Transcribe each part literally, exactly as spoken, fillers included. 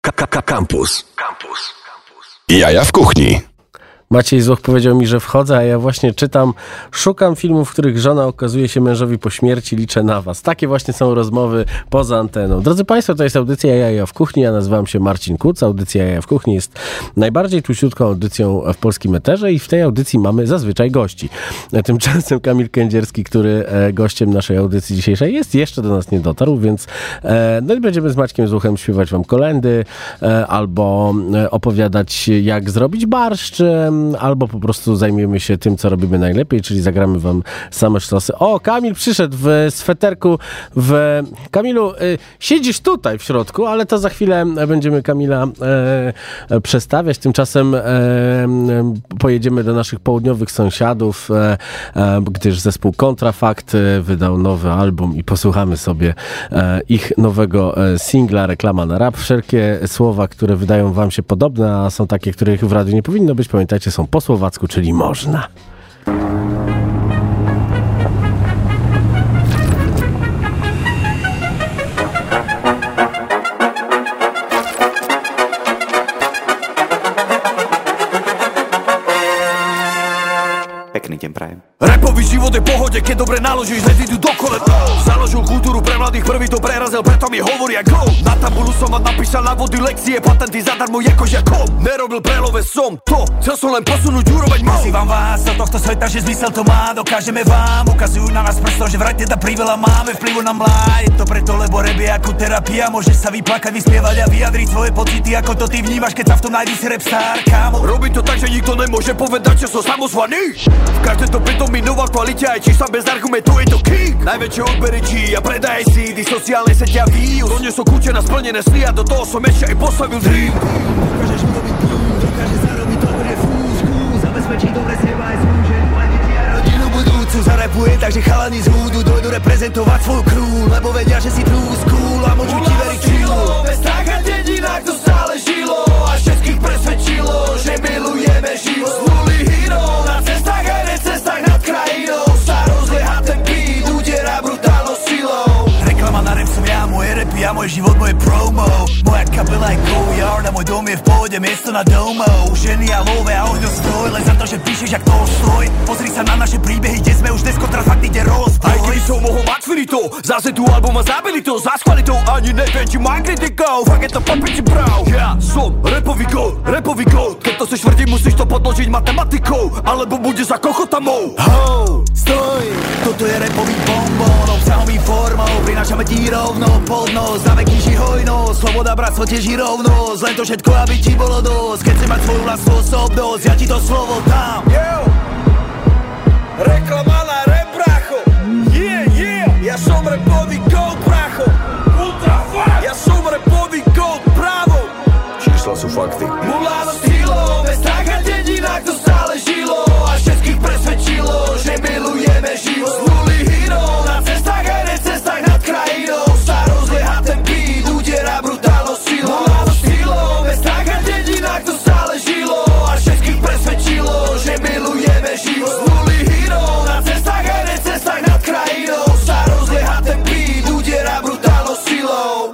Campus. Campus. Jaja w kuchni. Maciej Złoch powiedział mi, że wchodzę, a ja właśnie czytam, szukam filmów, w których żona okazuje się mężowi po śmierci, liczę na was. Takie właśnie są rozmowy poza anteną. Drodzy Państwo, to jest audycja Jaja w kuchni, ja nazywam się Marcin Kuc. Audycja Jaja w kuchni jest najbardziej tłuściutką audycją w polskim eterze i w tej audycji mamy zazwyczaj gości. Tymczasem Kamil Kędzierski, który gościem naszej audycji dzisiejszej jest, jeszcze do nas nie dotarł, więc no i będziemy z Maćkiem Złochem śpiewać wam kolędy albo opowiadać, jak zrobić barszcz, albo po prostu zajmiemy się tym, co robimy najlepiej, czyli zagramy wam same sztosy. O, Kamil przyszedł w sweterku. W... Kamilu, y, siedzisz tutaj w środku, ale to za chwilę będziemy Kamila e, przestawiać. Tymczasem e, pojedziemy do naszych południowych sąsiadów, e, e, gdyż zespół Kontrafakt wydał nowy album i posłuchamy sobie e, ich nowego e, singla, reklama na rap. Wszelkie słowa, które wydają wam się podobne, a są takie, których w radiu nie powinno być, pamiętajcie, są po słowacku, czyli można. Pekný deň prajem. Rapový život je pohode, keď dobre naložíš, let idú do kole. Založil kultúru pre mladých, prvý to prerazil, preto mi hovoria go. Na tabulu som vám napísal na vody lekcie, patenty zadarmo ako žiakom. Nerobil prelove som to, chcel som len posunúť úroveň mal. Nazývam vás do tohto sveta, že zmysel to má, dokážeme vám. Ukazujú na nás prstom, že vraj teda priveľa máme vplyvu na mláď. Je to preto, lebo rap je ako terapia, môžeš sa vyplakať, vyspievať a vyjadriť svoje pocity, ako to ty vnímaš, keď sa v tom nájdi si rap star, kámo. Robí to tak, že nikto nemôže povedať, že som samozvaný. V každej to pritom mi nová kvalita, aj čísla bez argumentu je to king. Najväčšie odbery G a predaj C D, sociálne seťa views. Doniesol kľúče na splnené sny a do toho som ešte aj postavil dream. Dokážeš urobiť boom, dokáže zarobiť dobre fúšku, zabezpečiť dobre seba aj svoj ženu, aj deti a rodinu budúcu. Zarapuje, takže chalani z húdu dojdu reprezentovať svoju crew, lebo vedia, že si true school a môžu ti veriť chill. Bez tak a dedina, to stále žilo a všetkých presvedčilo, že milujeme život. Snuli hero na cestách aj necestách nad krajinou, sa rozlieha ten beat, udiera brutálnou silou. Reklama na rap som ja, moje rapy a môj život, moje promo. Moja kapela je Go Yard a môj dom je v pohode, miesto na domo. Ženy a love a ohňostroj, len za to, že píšeš jak Tolstoj. Pozri sa na naše príbehy, kde sme už dnes Kontrafakt ide rozboj. Aj keby som mohol mať finito, zase tu album a zabili to, za kvalitou ani neviem, či mám kritikou. Fakt je to papiči prav. Ja som rapový god, rapový god. Keď to si švrtí, musíš to podložiť matematikou, alebo bude za kochotamou. Ho, stoj, toto je rapový bonbon, obsahový formou, prinášame ti rovno pod nos, dáme kniži hojnosť, sloboda, bratstvo, tiež i rovnosť, len to všetko, aby ti bolo dosť, keď chceš mať svoju vlastnú osobnosť, ja ti to slovo dám. Yo, reklama na rap, bracho, yeah, yeah, ja som rapový gold, bracho, Ultrafakt, ja som rapový gold, bravo, čísla sú fakty. Muláno stýlo, bez tak a dedina, to stále žilo a všetkých presvedčilo, že milujeme život. Snuli hero na cestách aj necestách nad krajinou, sa rozlieha ten beat, udiera brutálnou silou. Muláno stýlo, bez tak a dedina, to stále žilo a všetkých presvedčilo, že milujeme život. Snuli hero na cestách aj necestách nad krajinou, sa rozlieha ten beat, udiera brutálnou silou.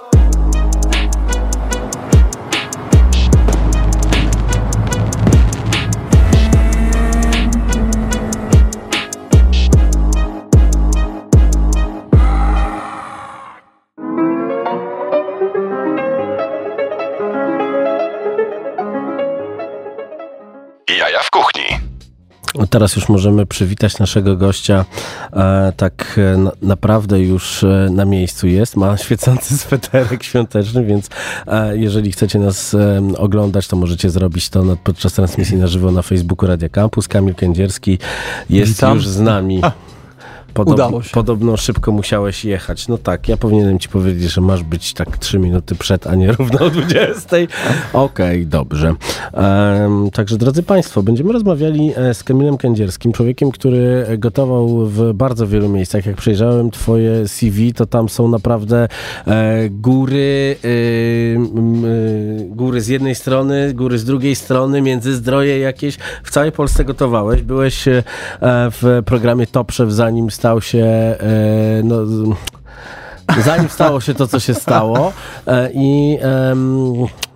Jaja w kuchni. Teraz już możemy przywitać naszego gościa, e, tak e, na, naprawdę już e, na miejscu jest, ma świecący sweterek świąteczny, więc e, jeżeli chcecie nas e, oglądać, to możecie zrobić to nad, podczas transmisji na żywo na Facebooku Radia Campus. Kamil Kędzierski jest Witam. już z nami. Podob, Udało się. Podobno szybko musiałeś jechać. No tak, ja powinienem ci powiedzieć, że masz być tak trzy minuty przed, a nie równo o dwudziestej. Okej, okay, dobrze. Um, także drodzy Państwo, będziemy rozmawiali z Kamilem Kędzierskim, człowiekiem, który gotował w bardzo wielu miejscach. Jak przejrzałem twoje C V, to tam są naprawdę e, góry, e, e, góry z jednej strony, góry z drugiej strony, Międzyzdroje jakieś. W całej Polsce gotowałeś. Byłeś e, w programie Top Chef, zanim stał się, e, no, zanim stało się to, co się stało. E, I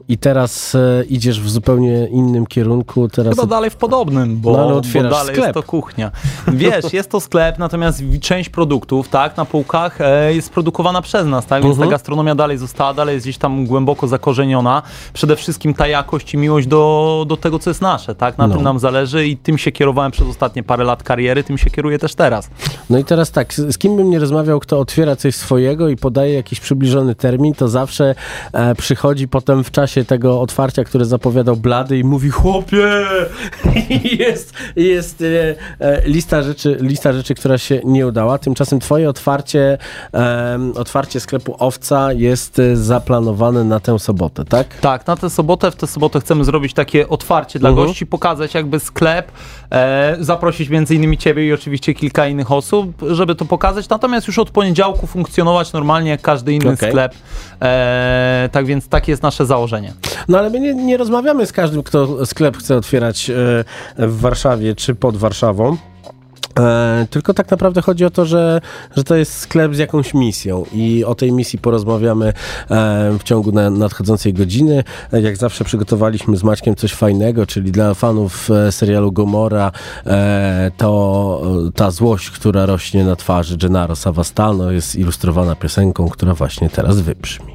i teraz e, idziesz w zupełnie innym kierunku. Teraz Chyba dalej w podobnym, bo, no, ale bo otwierasz dalej sklep. jest to kuchnia. Wiesz, jest to sklep, natomiast część produktów, tak, na półkach e, jest produkowana przez nas, tak, więc Mhm. ta gastronomia dalej została, dalej jest gdzieś tam głęboko zakorzeniona. Przede wszystkim ta jakość i miłość do, do tego, co jest nasze, tak, na No. tym nam zależy i tym się kierowałem przez ostatnie parę lat kariery, tym się kieruję też teraz. No i teraz tak, z, z kim bym nie rozmawiał, kto otwiera coś swojego i podaje jakiś przybliżony termin, to zawsze e, przychodzi potem w czasie tego otwarcia, które zapowiadał Blady i mówi: chłopie! I jest, jest e, e, lista, rzeczy, lista rzeczy, która się nie udała. Tymczasem twoje otwarcie, e, otwarcie sklepu Owca jest e, zaplanowane na tę sobotę, tak? Tak, na tę sobotę, w tę sobotę chcemy zrobić takie otwarcie dla Mhm. gości, pokazać jakby sklep, e, zaprosić między innymi ciebie i oczywiście kilka innych osób, żeby to pokazać, natomiast już od poniedziałku funkcjonować normalnie jak każdy inny Okej. sklep, e, tak więc takie jest nasze założenie. No ale my nie, nie rozmawiamy z każdym, kto sklep chce otwierać e, w Warszawie czy pod Warszawą. E, tylko tak naprawdę chodzi o to, że, że to jest sklep z jakąś misją i o tej misji porozmawiamy e, w ciągu na, nadchodzącej godziny. E, jak zawsze przygotowaliśmy z Maćkiem coś fajnego, czyli dla fanów e, serialu Gomorra e, to e, ta złość, która rośnie na twarzy Gennaro Savastano jest ilustrowana piosenką, która właśnie teraz wybrzmi.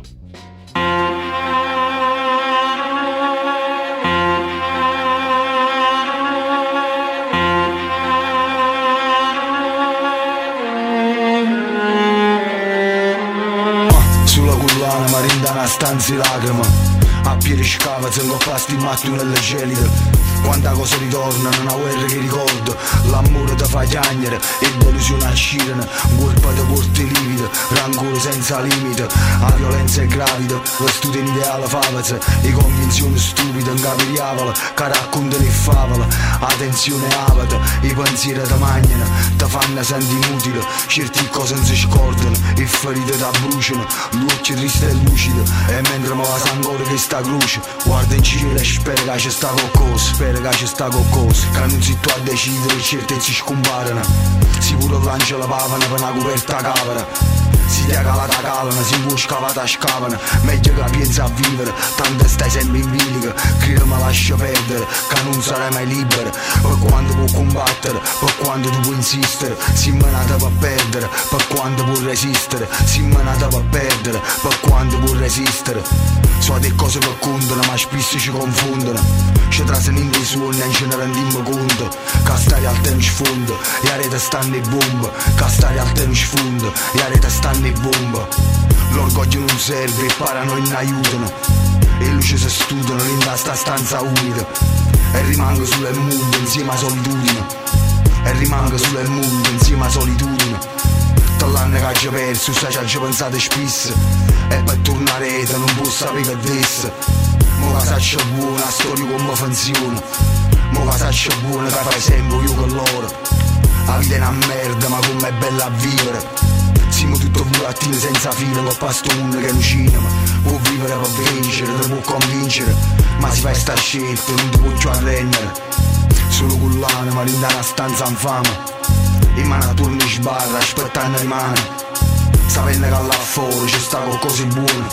Sulla collana mi rindana stanzi lacrime. A piedi scava, tengo pasti matto nelle gelide. Quanta cosa ritornano, una guerra che ricordo. L'amore ti fa piangere e delusione accirano. Colpa di porte livide, rancore senza limite. La violenza è gravida, vestute in ideale favole. E convinzioni stupide, in capi di avola, che raccontano e favola. Attenzione avata, i pensieri ti mangiano, ti fanno sentire inutile. Certe cose non si scordano, e ferite ti bruciano. L'occhio triste e lucido, e mentre mi va ancora che sta croce. Guarda in cielo e spera che ci sta qualcosa, spera che ci sta qualcosa. Che non sei tu a decidere, certezze scomparano. Si pure lancia la pavana per una coperta capera. Si dia calata calana, si può scavata scavana. Meglio che pensa a vivere, tanto stai sempre in bilico. Credo mi lascia perdere, che non sarai mai libero. Per quanto può combattere, per quanto tu puoi insistere. Si menata per perdere, per quanto può resistere. Si menata per perdere, per quanto può resistere. So delle cose che contano, ma spesso ci confondono. Ci trasano in dei suoni e ce ne rendiamo conto. Che stare al tempo sfondo, e a rete stanno le bombe. Che stare al tempo sfondo, e a rete stanno le bombe. L'orgoglio non serve, i paranoia non aiutano. E luce si studiano in sta stanza umida. E rimango sulle mondo insieme a solitudine. E rimango sulle mondo insieme a solitudine. L'anno che ci perso, sai ci pensate spesso. E per tornare non posso sapere che desse. Mo che saccia buona, storia come funziona. Mo che saccia buona, che fai sempre io con loro. La vita è una merda, ma com'è bella a vivere. Siamo tutti burattini senza fine, con questo mondo che è un cinema. Può vivere per vincere, ti può convincere. Ma si fa sta scelta, non ti può più arrendere. Solo con l'anima, rinda una stanza infame. In mano a turni sbarra, aspettando le mani. Sapendo che là fuori c'è sta qualcosa di buono.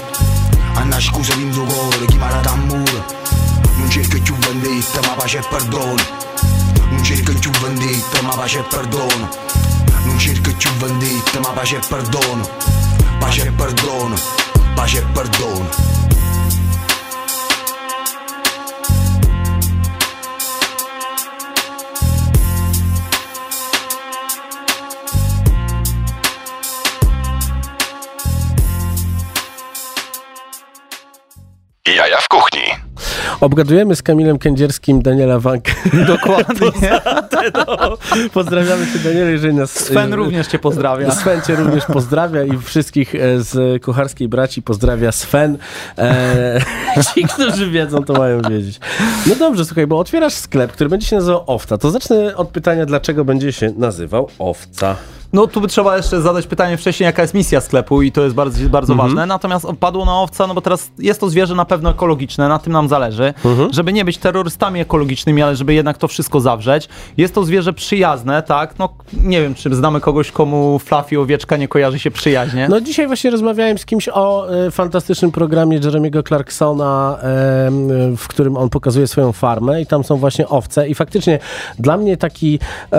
A una scusa di tuo cuore, chi mi ha dato amore. Non cerco più vendetta, ma pace e perdono. Non cerco più vendetta, ma pace e perdono. Non cerco più vendetta, ma pace e perdono. Pace e perdono, pace e perdono. Jaja w kuchni. Obgadujemy z Kamilem Kędzierskim Daniela Wankę. Dokładnie. No, pozdrawiamy cię, Daniel, jeżeli nas... Sven również cię pozdrawia. Sven cię również pozdrawia i wszystkich z Kucharskiej Braci pozdrawia Sven. E, ci, którzy wiedzą, to mają wiedzieć. No dobrze, słuchaj, bo otwierasz sklep, który będzie się nazywał Owca. To zacznę od pytania, dlaczego będzie się nazywał Owca. No tu by trzeba jeszcze zadać pytanie wcześniej, jaka jest misja sklepu i to jest bardzo, bardzo Mhm. ważne. Natomiast padło na owca, no bo teraz jest to zwierzę na pewno ekologiczne, na tym nam zależy, Mhm. żeby nie być terrorystami ekologicznymi, ale żeby jednak to wszystko zawrzeć. Jest to zwierzę przyjazne, tak? No nie wiem, czy znamy kogoś, komu Fluffy owieczka nie kojarzy się przyjaźnie. No dzisiaj właśnie rozmawiałem z kimś o e, fantastycznym programie Jeremiego Clarksona, e, w którym on pokazuje swoją farmę i tam są właśnie owce i faktycznie dla mnie taki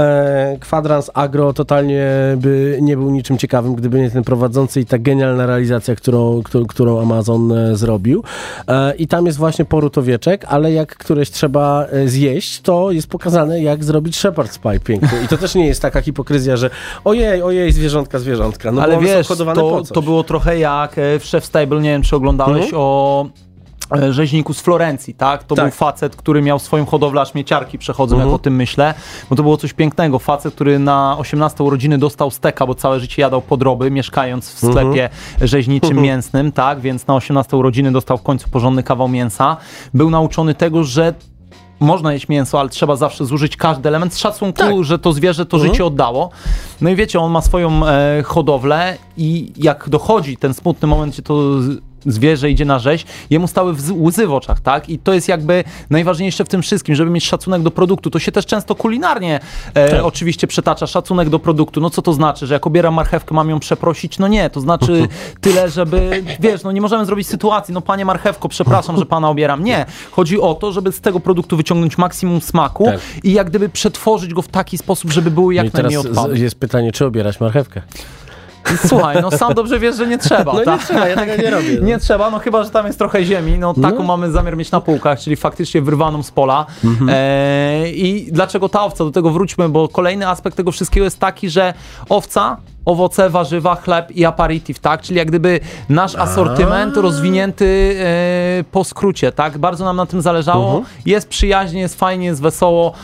e, kwadrans agro totalnie by nie był niczym ciekawym, gdyby nie ten prowadzący i ta genialna realizacja, którą, którą, którą Amazon e, zrobił. E, I tam jest właśnie poród owieczek, ale jak któreś trzeba e, zjeść, to jest pokazane, jak zrobić shepherd's pie pięknie. I to też nie jest taka hipokryzja, że ojej, ojej, zwierzątka, zwierzątka. No ale bo one wiesz, są hodowane to, po coś. to było trochę jak e, w Chef Stable, nie wiem, czy oglądałeś, Mhm. o e, rzeźniku z Florencji, tak? To Tak. był facet, który miał swoją hodowlę, aż śmieciarki przechodzą, Mhm. jak o tym myślę, bo to było coś pięknego. Facet, który na osiemnaste urodziny dostał steka, bo całe życie jadał podroby, mieszkając w sklepie rzeźniczym Mhm. mięsnym, tak? Więc na osiemnaste urodziny dostał w końcu porządny kawał mięsa. Był nauczony tego, że można jeść mięso, ale trzeba zawsze zużyć każdy element z szacunku, Tak. że to zwierzę to Mhm. życie oddało. No i wiecie, on ma swoją e, hodowlę i jak dochodzi ten smutny moment, gdzie to z- zwierzę idzie na rzeź, jemu stały wz- łzy w oczach, tak? I to jest jakby najważniejsze w tym wszystkim, żeby mieć szacunek do produktu. To się też często kulinarnie e, Tak. oczywiście przetacza, szacunek do produktu. No co to znaczy, że jak obieram marchewkę, mam ją przeprosić? No nie, to znaczy tyle, żeby, wiesz, no nie możemy zrobić sytuacji, no panie marchewko, przepraszam, że pana obieram. Nie. Chodzi o to, żeby z tego produktu wyciągnąć maksimum smaku Tak. i jak gdyby przetworzyć go w taki sposób, żeby były jak No i teraz najmniej odpadów. z- jest pytanie, czy obierać marchewkę? Słuchaj, no sam dobrze wiesz, że nie trzeba. No nie tak? trzeba, ja tego nie robię. No. Nie trzeba, no chyba, że tam jest trochę ziemi. No taką No. mamy zamiar mieć na półkach, czyli faktycznie wyrwaną z pola. Mhm. E, I dlaczego ta owca? Do tego wróćmy, bo kolejny aspekt tego wszystkiego jest taki, że owca, owoce, warzywa, chleb i aperitif, tak? Czyli jak gdyby nasz asortyment rozwinięty e, po skrócie, tak? Bardzo nam na tym zależało. Mhm. Jest przyjaźnie, jest fajnie, jest wesoło.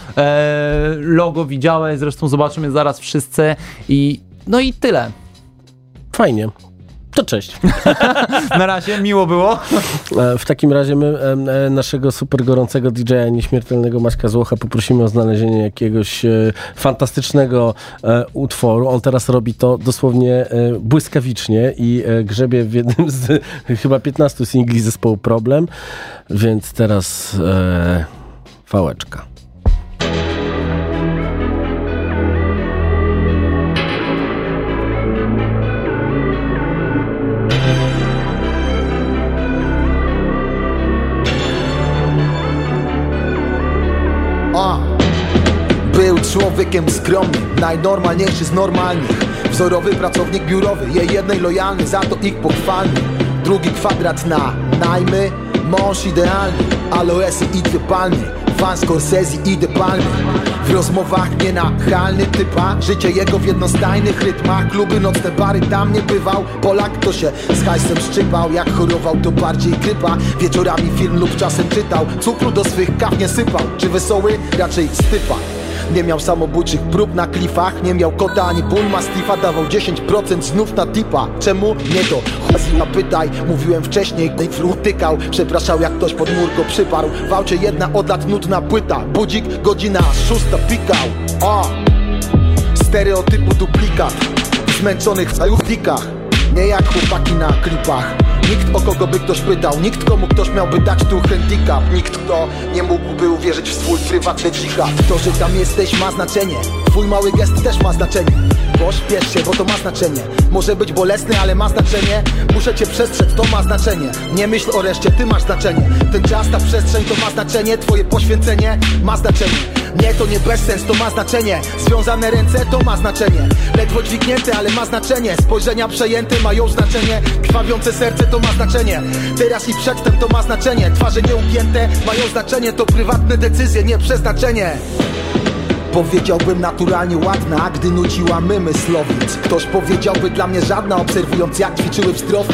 E, logo widziałeś, zresztą zobaczymy zaraz wszyscy. I no i tyle. Fajnie. To cześć. Na razie, miło było. E, W takim razie my e, e, naszego super gorącego D J a nieśmiertelnego Maćka Złocha poprosimy o znalezienie jakiegoś e, fantastycznego e, utworu. On teraz robi to dosłownie e, błyskawicznie i e, grzebie w jednym z e, chyba piętnastu singli zespołu Problem, więc teraz e, fałeczka. A. Był człowiekiem skromnym, najnormalniejszy z normalnych. Wzorowy pracownik biurowy, jej jednej lojalny, za to ich pochwalny. Drugi kwadrat na najmy, mąż idealny. Aloesy i dwie palmy, fan Scorsese i De Palmy. W rozmowach nienachalny typa, życie jego w jednostajnych rytmach. Kluby, nocne bary, tam nie bywał. Polak to się z hajsem szczypał, jak chorował to bardziej grypa. Wieczorami film lub czasem czytał, cukru do swych kaw nie sypał. Czy wesoły? Raczej stypa. Nie miał samobójczych prób na klifach, nie miał kota ani ból mastifa, dawał dziesięć procent znów na tipa. Czemu? Nie to chłazina pytaj, mówiłem wcześniej, gdy flutykał. Przepraszał jak ktoś pod mur go przyparł. W aucie jedna od lat nudna płyta, budzik godzina szósta pikał. O! Stereotypu duplikat, zmęczonych w salutnikach, nie jak chłopaki na klipach. Nikt, o kogo by ktoś pytał, nikt, komu ktoś miałby dać tu handicap. Nikt, kto nie mógłby uwierzyć w swój prywatny dżihad. To, że tam jesteś, ma znaczenie, twój mały gest też ma znaczenie. Pośpiesz się, bo to ma znaczenie. Może być bolesny, ale ma znaczenie. Muszę cię przestrzec, to ma znaczenie. Nie myśl o reszcie, ty masz znaczenie. Ten czas, ta przestrzeń, to ma znaczenie. Twoje poświęcenie ma znaczenie. Nie, to nie bezsens, to ma znaczenie. Związane ręce, to ma znaczenie. Ledwo dźwignięte, ale ma znaczenie. Spojrzenia przejęte mają znaczenie. Krwawiące serce, to ma znaczenie. Teraz i przedtem, to ma znaczenie. Twarze nieugięte mają znaczenie. To prywatne decyzje, nie przeznaczenie. Powiedziałbym naturalnie ładna, gdy nuciła my myslowic. Ktoś powiedziałby dla mnie żadna, obserwując jak ćwiczyły w zdrowiu.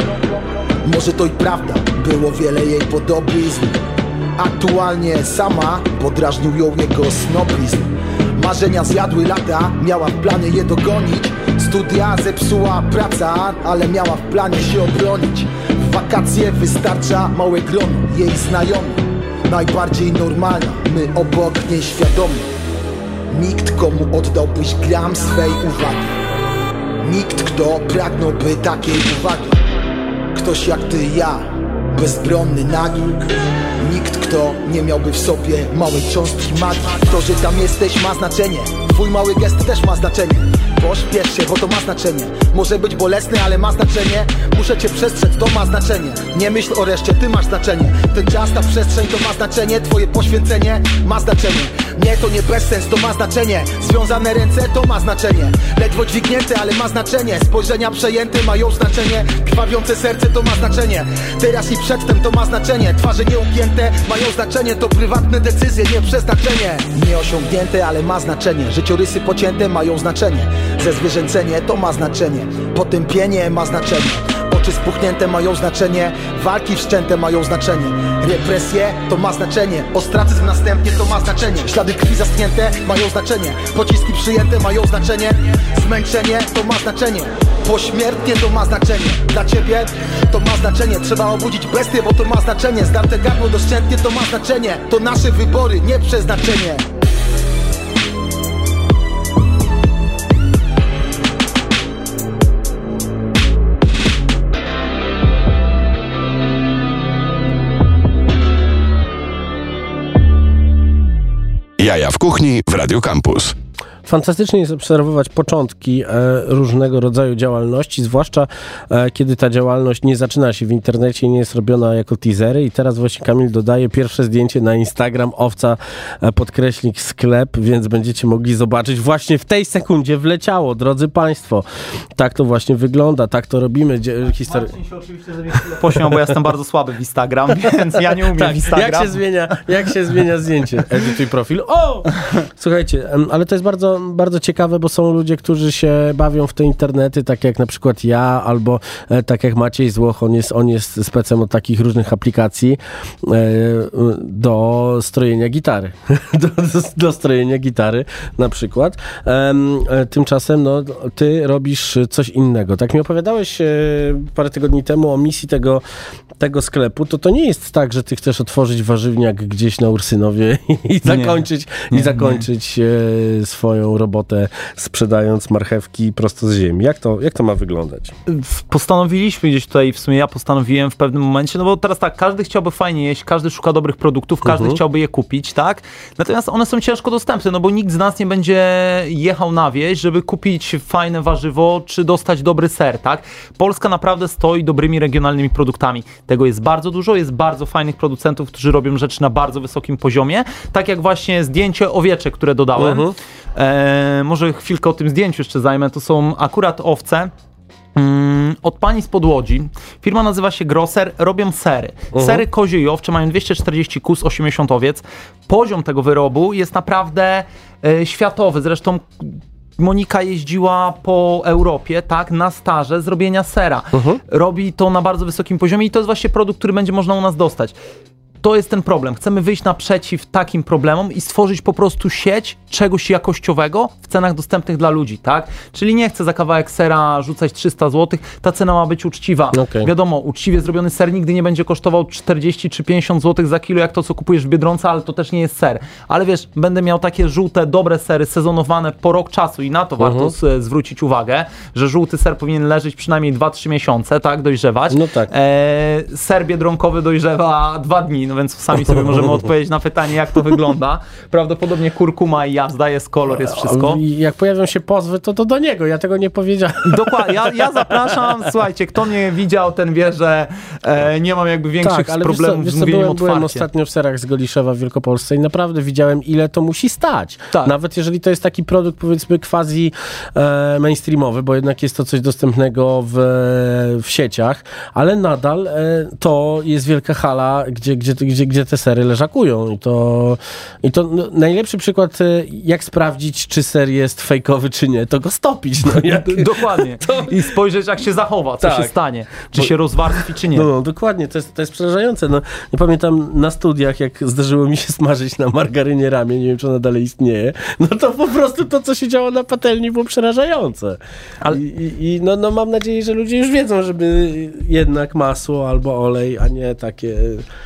Może to i prawda, było wiele jej podobizn. Aktualnie sama, bo drażnił ją jego snobizm. Marzenia zjadły lata, miała w planie je dogonić. Studia zepsuła praca, ale miała w planie się obronić. W wakacje wystarcza małe grono jej znajomych. Najbardziej normalna, my obok niej świadomi. Nikt, komu oddałbyś gram swej uwagi. Nikt, kto pragnąłby takiej uwagi. Ktoś jak ty i ja, bezbronny, nagi. Nikt, kto nie miałby w sobie małej cząstki magii. To, że tam jesteś, ma znaczenie. Twój mały gest też ma znaczenie. Pośpiesz się, bo to ma znaczenie. Może być bolesny, ale ma znaczenie. Muszę cię przestrzec, to ma znaczenie. Nie myśl o reszcie, ty masz znaczenie. Ten czas, ta przestrzeń, to ma znaczenie. Twoje poświęcenie ma znaczenie. Nie, to nie bezsens, to ma znaczenie. Związane ręce, to ma znaczenie. Ledwo dźwignięte, ale ma znaczenie. Spojrzenia przejęte mają znaczenie. Krwawiące serce, to ma znaczenie. Teraz i przedtem, to ma znaczenie. Twarze nieugięte mają znaczenie. To prywatne decyzje, nie przeznaczenie. Nieosiągnięte, ale ma znaczenie. Życiorysy pocięte mają znaczenie. Zezwierzęcenie, to ma znaczenie. Potępienie ma znaczenie. Oczy spuchnięte mają znaczenie. Walki wszczęte mają znaczenie. Represje, to ma znaczenie. Ostracyzm następnie, to ma znaczenie. Ślady krwi zaschnięte mają znaczenie. Pociski przyjęte mają znaczenie. Zmęczenie, to ma znaczenie. Pośmiertnie, to ma znaczenie. Dla ciebie to ma znaczenie. Trzeba obudzić bestię, bo to ma znaczenie. Zdarte gardło doszczętnie, to ma znaczenie. To nasze wybory, nie przeznaczenie. Jaja w kuchni w Radio Campus. Fantastycznie jest obserwować początki e, różnego rodzaju działalności, zwłaszcza e, kiedy ta działalność nie zaczyna się w internecie i nie jest robiona jako teasery. I teraz właśnie Kamil dodaje pierwsze zdjęcie na Instagram, owca e, podkreśnik sklep, więc będziecie mogli zobaczyć właśnie w tej sekundzie wleciało, drodzy Państwo. Tak to właśnie wygląda, tak to robimy. Dzie- historii- Marcin się oczywiście ze mnie pośmiał, bo ja jestem bardzo słaby w Instagram, więc ja nie umiem tak, w Instagram. Jak się zmienia, jak się zmienia zdjęcie? Edytuj profil. O! Słuchajcie, em, ale to jest bardzo bardzo ciekawe, bo są ludzie, którzy się bawią w te internety, tak jak na przykład ja, albo e, tak jak Maciej Złoch, on jest, on jest specem od takich różnych aplikacji e, do strojenia gitary. do, do, do strojenia gitary na przykład. E, e, tymczasem no, ty robisz coś innego. Tak mi opowiadałeś e, parę tygodni temu o misji tego, tego sklepu, to to nie jest tak, że ty chcesz otworzyć warzywniak gdzieś na Ursynowie i, i zakończyć, nie, i zakończyć e, swoją robotę sprzedając marchewki prosto z ziemi. Jak to, jak to ma wyglądać? Postanowiliśmy gdzieś tutaj, w sumie ja postanowiłem w pewnym momencie, no bo teraz tak, każdy chciałby fajnie jeść, każdy szuka dobrych produktów, każdy uh-huh. chciałby je kupić, tak? Natomiast one są ciężko dostępne, no bo nikt z nas nie będzie jechał na wieś, żeby kupić fajne warzywo, czy dostać dobry ser, tak? Polska naprawdę stoi dobrymi regionalnymi produktami. Tego jest bardzo dużo, jest bardzo fajnych producentów, którzy robią rzeczy na bardzo wysokim poziomie, tak jak właśnie zdjęcie owieczek, które dodałem. Uh-huh. E, może chwilkę o tym zdjęciu jeszcze zajmę. To są akurat owce mm, od pani spod Łodzi. Firma nazywa się Grosser, robią sery. Uh-huh. Sery kozie i owcze mają dwieście czterdzieści kóz, osiemdziesiąt owiec. Poziom tego wyrobu jest naprawdę e, światowy. Zresztą Monika jeździła po Europie, tak, na staże zrobienia sera. Uh-huh. Robi to na bardzo wysokim poziomie i to jest właśnie produkt, który będzie można u nas dostać. To jest ten problem. Chcemy wyjść naprzeciw takim problemom i stworzyć po prostu sieć czegoś jakościowego w cenach dostępnych dla ludzi, tak? Czyli nie chcę za kawałek sera rzucać trzysta złotych, ta cena ma być uczciwa. Okay. Wiadomo, uczciwie zrobiony ser nigdy nie będzie kosztował czterdzieści czy pięćdziesiąt złotych za kilo, jak to, co kupujesz w Biedronce, ale to też nie jest ser. Ale wiesz, będę miał takie żółte, dobre sery, sezonowane po rok czasu i na to uh-huh. warto z, zwrócić uwagę, że żółty ser powinien leżeć przynajmniej dwa trzy miesiące, tak? Dojrzewać. No tak. E, ser biedronkowy dojrzewa dwa dni. No więc sami sobie możemy odpowiedzieć na pytanie, jak to wygląda. Prawdopodobnie kurkuma i jazda jest kolor, jest wszystko. Jak pojawią się pozwy, to to do niego, ja tego nie powiedziałem. Dokładnie, ja, ja zapraszam, słuchajcie, kto mnie widział, ten wie, że e, nie mam jakby większych tak, ale problemów wiesz co, z mówieniem byłem, otwarcie. Byłem ostatnio w serach z Goliszewa w Wielkopolsce i naprawdę widziałem, ile to musi stać. Tak. Nawet jeżeli to jest taki produkt, powiedzmy, quasi e, mainstreamowy, bo jednak jest to coś dostępnego w, w sieciach, ale nadal e, to jest wielka hala, gdzie, gdzie, gdzie, gdzie te sery leżakują. I to, i to no, najlepszy przykład, jak sprawdzić, czy ser jest fejkowy, czy nie, to go stopić. No, jak... Dokładnie. To... I spojrzeć, jak się zachowa, co tak. się stanie. Czy bo... się rozwarstwi, czy nie. No, no dokładnie, to jest, to jest przerażające. No, ja pamiętam na studiach, jak zdarzyło mi się smażyć na margarynie ramię, nie wiem, czy ona dalej istnieje, no to po prostu to, co się działo na patelni, było przerażające. Ale... I, i no, no mam nadzieję, że ludzie już wiedzą, żeby jednak masło albo olej, a nie takie... Wydaje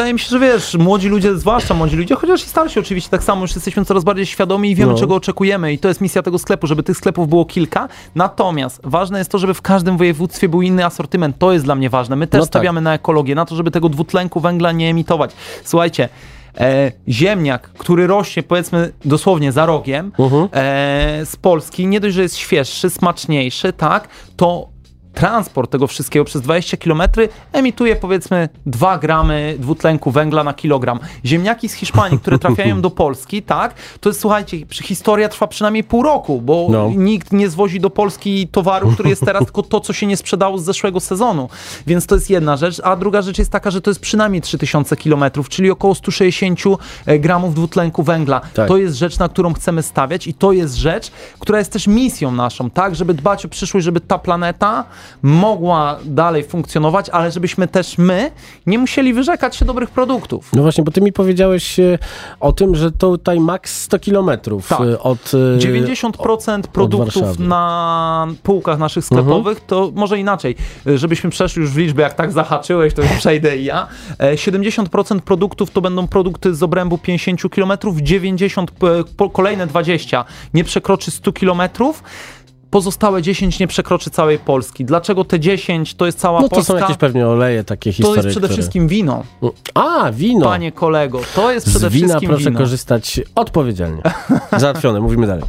wydaje mi się, że wiesz, młodzi ludzie, zwłaszcza młodzi ludzie, chociaż i starsi oczywiście tak samo, już jesteśmy coraz bardziej świadomi i wiemy, No. czego oczekujemy i to jest misja tego sklepu, żeby tych sklepów było kilka. Natomiast ważne jest to, żeby w każdym województwie był inny asortyment. To jest dla mnie ważne. My też No tak. stawiamy na ekologię, na to, żeby tego dwutlenku węgla nie emitować. Słuchajcie, E, ziemniak, który rośnie powiedzmy dosłownie za rogiem Mhm. e, z Polski, nie dość, że jest świeższy, smaczniejszy, tak, to transport tego wszystkiego przez dwadzieścia kilometrów emituje powiedzmy dwa gramy dwutlenku węgla na kilogram. Ziemniaki z Hiszpanii, które trafiają do Polski, tak, to jest, słuchajcie, historia trwa przynajmniej pół roku, bo No. nikt nie zwozi do Polski towaru, który jest teraz tylko to, co się nie sprzedało z zeszłego sezonu. Więc to jest jedna rzecz, a druga rzecz jest taka, że to jest przynajmniej trzy tysiące kilometrów, czyli około sto sześćdziesiąt gramów dwutlenku węgla. Tak. To jest rzecz, na którą chcemy stawiać i to jest rzecz, która jest też misją naszą, tak, żeby dbać o przyszłość, żeby ta planeta mogła dalej funkcjonować, ale żebyśmy też my nie musieli wyrzekać się dobrych produktów. No właśnie, bo ty mi powiedziałeś e, o tym, że tutaj maks sto kilometrów Tak. e, od e, dziewięćdziesiąt procent produktów Warszawy. na półkach naszych sklepowych, Mhm. to może inaczej, żebyśmy przeszli już w liczbę, jak tak zahaczyłeś, to już przejdę i ja. E, siedemdziesiąt procent produktów to będą produkty z obrębu pięćdziesiąt kilometrów, dziewięćdziesiąt, po, kolejne dwadzieścia nie przekroczy sto kilometrów, pozostałe dziesięć nie przekroczy całej Polski. Dlaczego te dziesięć to jest cała No to Polska? są jakieś pewnie oleje, takie To historie. jest przede które... wszystkim wino, A, wino. panie kolego. To jest Z przede wina wszystkim proszę wino. korzystać odpowiedzialnie. Załatwione, mówimy dalej.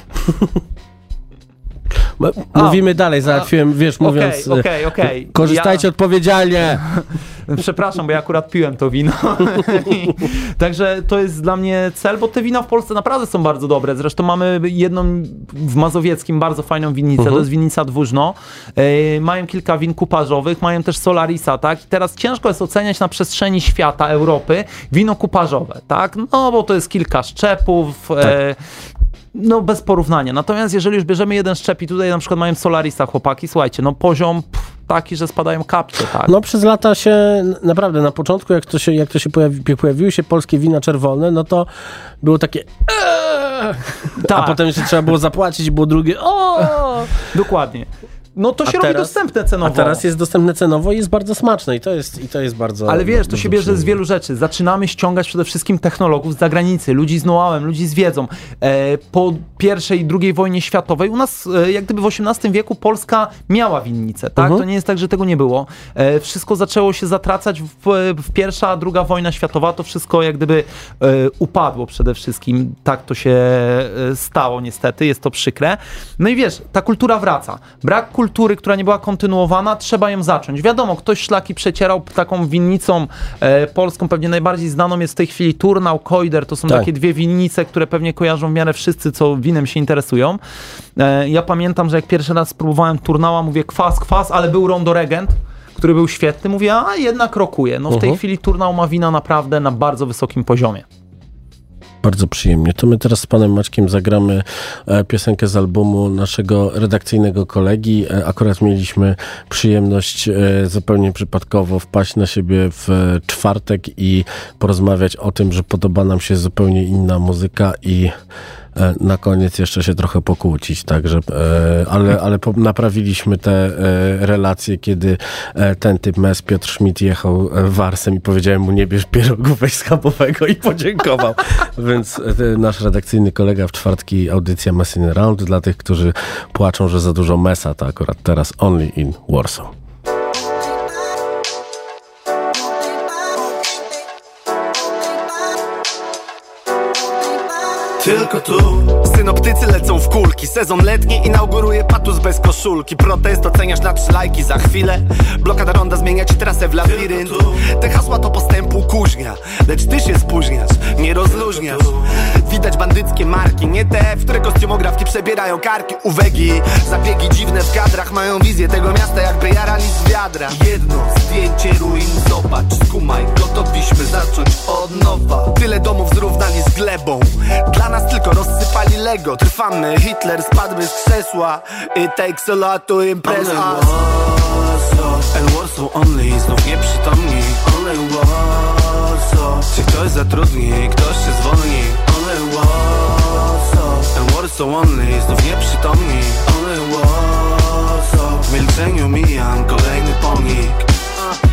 M- Mówimy dalej, załatwiłem, wiesz, mówiąc... Okej, okej, okej. Korzystajcie Ja- odpowiedzialnie. Przepraszam, bo ja akurat piłem to wino. I, także to jest dla mnie cel, bo te wina w Polsce naprawdę są bardzo dobre. Zresztą mamy jedną w Mazowieckim bardzo fajną winnicę, Mhm. to jest winnica Dwóżno. E, mają kilka win kuparzowych, mają też Solarisa, tak? I teraz ciężko jest oceniać na przestrzeni świata, Europy, wino kuparzowe, tak? No, bo to jest kilka szczepów, e, no bez porównania. Natomiast jeżeli już bierzemy jeden szczep i tutaj na przykład mają Solarisa chłopaki, słuchajcie, no poziom pff, taki, że spadają kapcie, tak? No przez lata się, naprawdę, na początku, jak to się, jak to się pojawi, pojawiły się polskie wina czerwone, no to było takie... Eee! Tak. A potem jeszcze trzeba było zapłacić i było drugie... O! Dokładnie. No to A się robi teraz- dostępne cenowo. A teraz jest dostępne cenowo i jest bardzo smaczne i to jest, i to jest bardzo... Ale wiesz, to bardzo się bierze z przyjemne. wielu rzeczy. Zaczynamy ściągać przede wszystkim technologów z zagranicy, ludzi z know-howem, ludzi z wiedzą. E, po pierwszej i drugiej wojnie światowej u nas, e, jak gdyby w osiemnastym wieku, Polska miała winnicę, tak? Mhm. To nie jest tak, że tego nie było. E, wszystko zaczęło się zatracać w, w pierwsza, a druga wojna światowa, to wszystko jak gdyby e, upadło przede wszystkim. Tak to się e, stało niestety, jest to przykre. No i wiesz, ta kultura wraca. Brak kultury, która nie była kontynuowana, trzeba ją zacząć. Wiadomo, ktoś szlaki przecierał taką winnicą e, polską, pewnie najbardziej znaną jest w tej chwili Turnau, Koider, to są Tak. takie dwie winnice, które pewnie kojarzą w miarę wszyscy, co winem się interesują. E, ja pamiętam, że jak pierwszy raz spróbowałem Turnała, mówię kwas, kwas, ale był Rondo Regent, który był świetny, mówię, a jednak rokuje. No w tej Mhm. chwili Turnał ma wina naprawdę na bardzo wysokim poziomie. Bardzo przyjemnie. To my teraz z panem Maćkiem zagramy e, piosenkę z albumu naszego redakcyjnego kolegi. E, akurat mieliśmy przyjemność e, zupełnie przypadkowo wpaść na siebie w e, czwartek i porozmawiać o tym, że podoba nam się zupełnie inna muzyka i e, na koniec jeszcze się trochę pokłócić, także, e, ale, ale po, naprawiliśmy te e, relacje, kiedy e, ten typ mes, Piotr Schmidt, jechał e, warsem i powiedziałem mu, nie bierz pierogu, weź schabowego i podziękował. Więc e, nasz redakcyjny kolega w czwartki audycja Mess in Round dla tych, którzy płaczą, że za dużo mesa, to akurat teraz Only in Warsaw. Tylko tu synoptycy lecą w kulki. Sezon letni inauguruje patus bez koszulki. Protest oceniasz na trzy lajki za chwilę. Blokada ronda zmienia ci trasę w labirynt. Te hasła to postępu kuźnia, lecz ty się spóźniasz, nie rozluźniasz. Widać bandyckie marki, nie te, w które kostiumografki przebierają karki. Uwegi, zabiegi dziwne w kadrach mają wizję tego miasta, jakby jarali z wiadra. Jedno zdjęcie ruin, zobacz, skumaj, gotowiśmy zacząć od nowa. Tyle domów zrównali z glebą, dla nas tylko rozsypali Lego. Trwamy, Hitler spadłby z krzesła. It takes a lot to impress us. And Warsaw only, znów nieprzytomni. Only Warsaw. Czy ktoś zatrudni, ktoś się zwolni. Only Warsaw. And Warsaw only, znów nieprzytomni. Only Warsaw. W milczeniu mijam kolejny pomnik.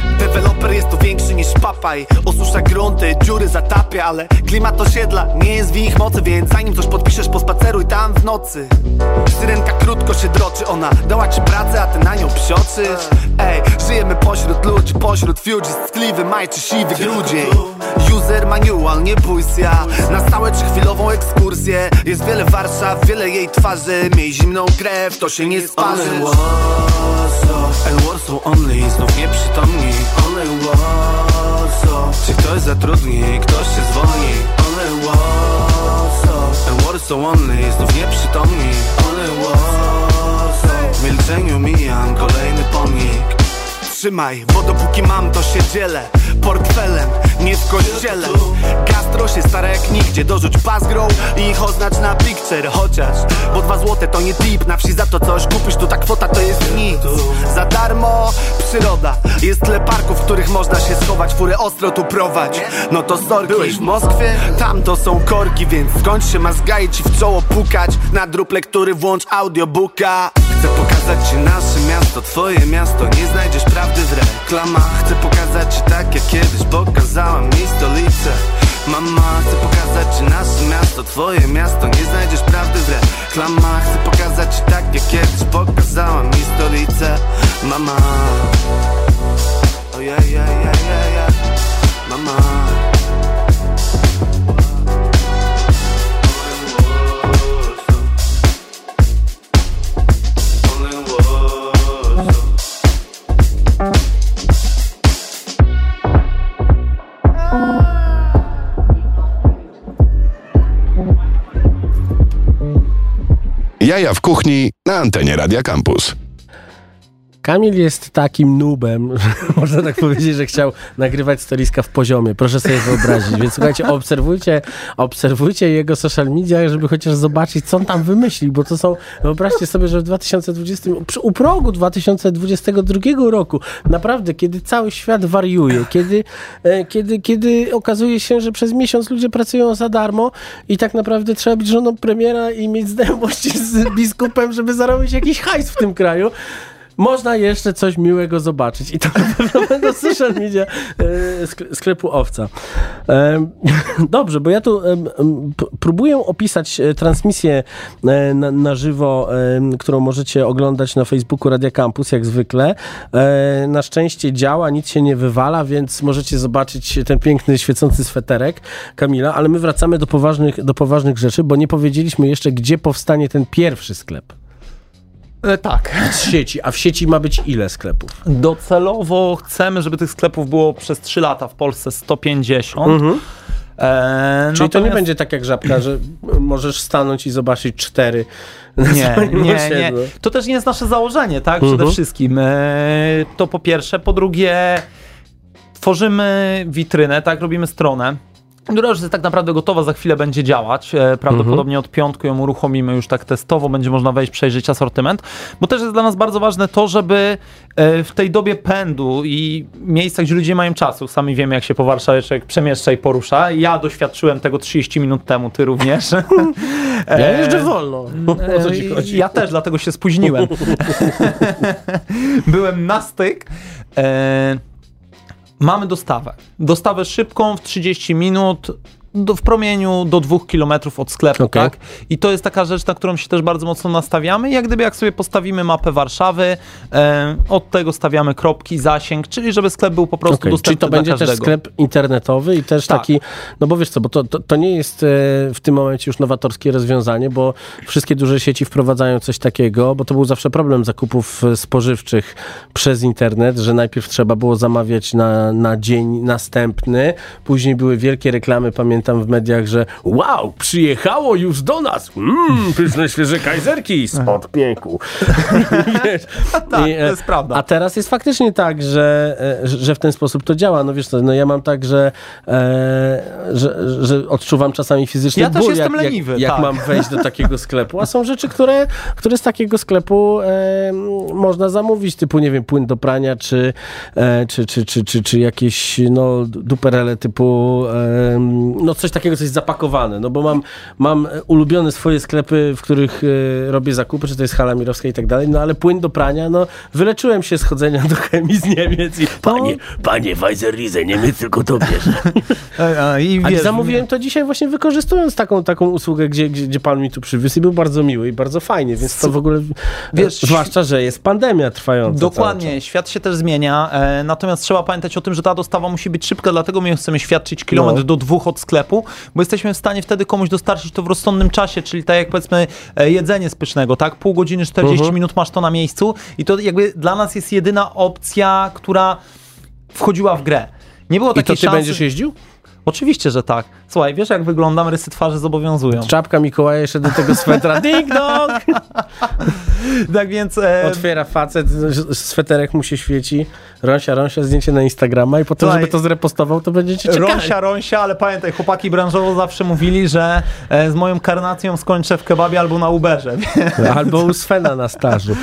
Deweloper jest tu większy niż papaj. Osusza grunty, dziury zatapia, ale klimat osiedla nie jest w ich mocy. Więc zanim coś podpiszesz, pospaceruj tam w nocy. Syrenka krótko się droczy, ona dała ci pracę, a ty na nią psioczysz. Ej, żyjemy pośród ludzi, pośród fugees, tkliwy maj czy siwy grudzień. User manual, nie bój się, na stałe czy chwilową ekskursję. Jest wiele Warszaw, wiele jej twarzy. Miej zimną krew, to się nie sparzy. El Warsaw only, znów nieprzytomni. Only Warsaw. Czy ktoś zatrudni, ktoś się zwolni. Only Warsaw. El Warsaw only, znów nieprzytomni. Only Warsaw. W milczeniu mijam kolejny pomnik. Trzymaj, bo dopóki mam, to się dzielę portfelem, nie w kościele. Gastro się stara jak nigdzie. Dorzuć Passgrow i ich oznacz na picture. Chociaż, bo dwa złote to nie tip. Na wsi za to coś kupisz, tu ta kwota to jest nic. Za darmo przyroda. Jest tyle parków, w których można się schować. Furę ostro tu prowadź. No to sorki. Byłeś w Moskwie? Tam to są korki. Więc skąd się mazgaje ci w czoło pukać. Na drób lektury włącz audiobooka. Chcę pokazać ci nasze miasto, twoje miasto. Nie znajdziesz prawdy w reklamach. Chcę pokazać ci tak jak kiedyś pokazała mi stolicę. Mama, chcę pokazać ci nasze miasto, twoje miasto. Nie znajdziesz prawdy w reklamach. Chcę pokazać ci tak jak kiedyś pokazała mi stolicę. Mama. Ojej, ojej, ojej, ojej. Mama. Jaja w kuchni na antenie Radia Campus. Kamil jest takim noobem, że można tak powiedzieć, że chciał nagrywać storiska w poziomie. Proszę sobie wyobrazić. Więc słuchajcie, obserwujcie, obserwujcie jego social media, żeby chociaż zobaczyć, co on tam wymyślił, bo to są, wyobraźcie sobie, że w dwa tysiące dwudziestym, u progu dwa tysiące dwudziestego drugiego roku, naprawdę, kiedy cały świat wariuje, kiedy, kiedy, kiedy okazuje się, że przez miesiąc ludzie pracują za darmo i tak naprawdę trzeba być żoną premiera i mieć znajomości z biskupem, żeby zarobić jakiś hajs w tym kraju, można jeszcze coś miłego zobaczyć. I to na pewno będą social media e, sklepu Owca. E, dobrze, bo ja tu e, p- próbuję opisać transmisję e, na, na żywo, e, którą możecie oglądać na Facebooku Radia Campus, jak zwykle. E, na szczęście działa, nic się nie wywala, więc możecie zobaczyć ten piękny, świecący sweterek Kamila, ale my wracamy do poważnych, do poważnych rzeczy, bo nie powiedzieliśmy jeszcze, gdzie powstanie ten pierwszy sklep. E, tak. Z sieci. A w sieci ma być ile sklepów? Docelowo chcemy, żeby tych sklepów było przez trzy lata w Polsce sto pięćdziesiąt. Mhm. E, Czyli to nie natomiast... będzie tak jak Żabka, że możesz stanąć i zobaczyć cztery. Nie, nie, nie. To też nie jest nasze założenie, tak? Przede mhm. wszystkim. E, to po pierwsze. Po drugie, tworzymy witrynę, tak? Robimy stronę, która już jest tak naprawdę gotowa, za chwilę będzie działać. E, prawdopodobnie od piątku ją uruchomimy już tak testowo, będzie można wejść, przejrzeć asortyment, bo też jest dla nas bardzo ważne to, żeby e, w tej dobie pędu i miejscach, gdzie ludzie mają czasu, sami wiemy, jak się po Warszawie człowiek przemieszcza i porusza. Ja doświadczyłem tego trzydzieści minut temu, ty również. Ja jeżdżę wolno. O co ci chodzi? Ja też, dlatego się spóźniłem. Byłem na styk. E, Mamy dostawę. Dostawę szybką w trzydzieści minut, do, w promieniu do dwóch kilometrów od sklepu, okay. tak? I to jest taka rzecz, na którą się też bardzo mocno nastawiamy. Jak gdyby jak sobie postawimy mapę Warszawy, e, od tego stawiamy kropki, zasięg, czyli żeby sklep był po prostu okay. dostępny dla każdego. Czyli to będzie też sklep internetowy i też tak. taki, no bo wiesz co, bo to, to, to nie jest e, w tym momencie już nowatorskie rozwiązanie, bo wszystkie duże sieci wprowadzają coś takiego, bo to był zawsze problem zakupów spożywczych przez internet, że najpierw trzeba było zamawiać na, na dzień następny, później były wielkie reklamy, pamiętam, tam w mediach, że wow, przyjechało już do nas, mmm, pyszne, świeże kajzerki spod pieku. tak, I, to jest prawda. A teraz jest faktycznie tak, że, że w ten sposób to działa. No wiesz co, no ja mam tak, że e, że, że odczuwam czasami fizyczny ja ból, też jestem jak, leniwy, jak, jak tak. mam wejść do takiego sklepu, a są rzeczy, które, które z takiego sklepu e, można zamówić, typu, nie wiem, płyn do prania, czy, e, czy, czy, czy, czy, czy jakieś, no, duperele typu, e, no, coś takiego, coś zapakowane, no, bo mam, mam ulubione swoje sklepy, w których e, robię zakupy, czy to jest Hala Mirowska i tak dalej, no, ale płyn do prania, no, wyleczyłem się z chodzenia do chemii z Niemiec i panie, panie Weiser-Riese, Niemiec tylko to bierze. I Ale wiesz, zamówiłem to dzisiaj właśnie wykorzystując taką, taką usługę, gdzie, gdzie, gdzie pan mi tu przywiózł i był bardzo miły i bardzo fajnie, więc to w ogóle, Wiesz, zwłaszcza, że jest pandemia trwająca. Dokładnie, świat się też zmienia, e, natomiast trzeba pamiętać o tym, że ta dostawa musi być szybka, dlatego my chcemy świadczyć kilometr No. do dwóch od sklepu, bo jesteśmy w stanie wtedy komuś dostarczyć to w rozsądnym czasie, czyli tak jak powiedzmy e, jedzenie z pysznego, tak? Pół godziny, czterdzieści Mhm. minut masz to na miejscu i to jakby dla nas jest jedyna opcja, która wchodziła w grę. Nie było I to takiej ty szansy. będziesz jeździł? Oczywiście, że tak. Słuchaj, wiesz jak wyglądam, rysy twarzy zobowiązują. Czapka Mikołaja jeszcze do tego swetra. Ding dong! Tak więc... E... Otwiera facet, sweterek mu się świeci, rąsia, rąsia, zdjęcie na Instagrama i potem, Słuchaj, żeby to zrepostował, to będziecie czekali. Rąsia, rąsia, ale pamiętaj, chłopaki branżowo zawsze mówili, że e, z moją karnacją skończę w kebabie albo na Uberze. Albo u Svena na stażu.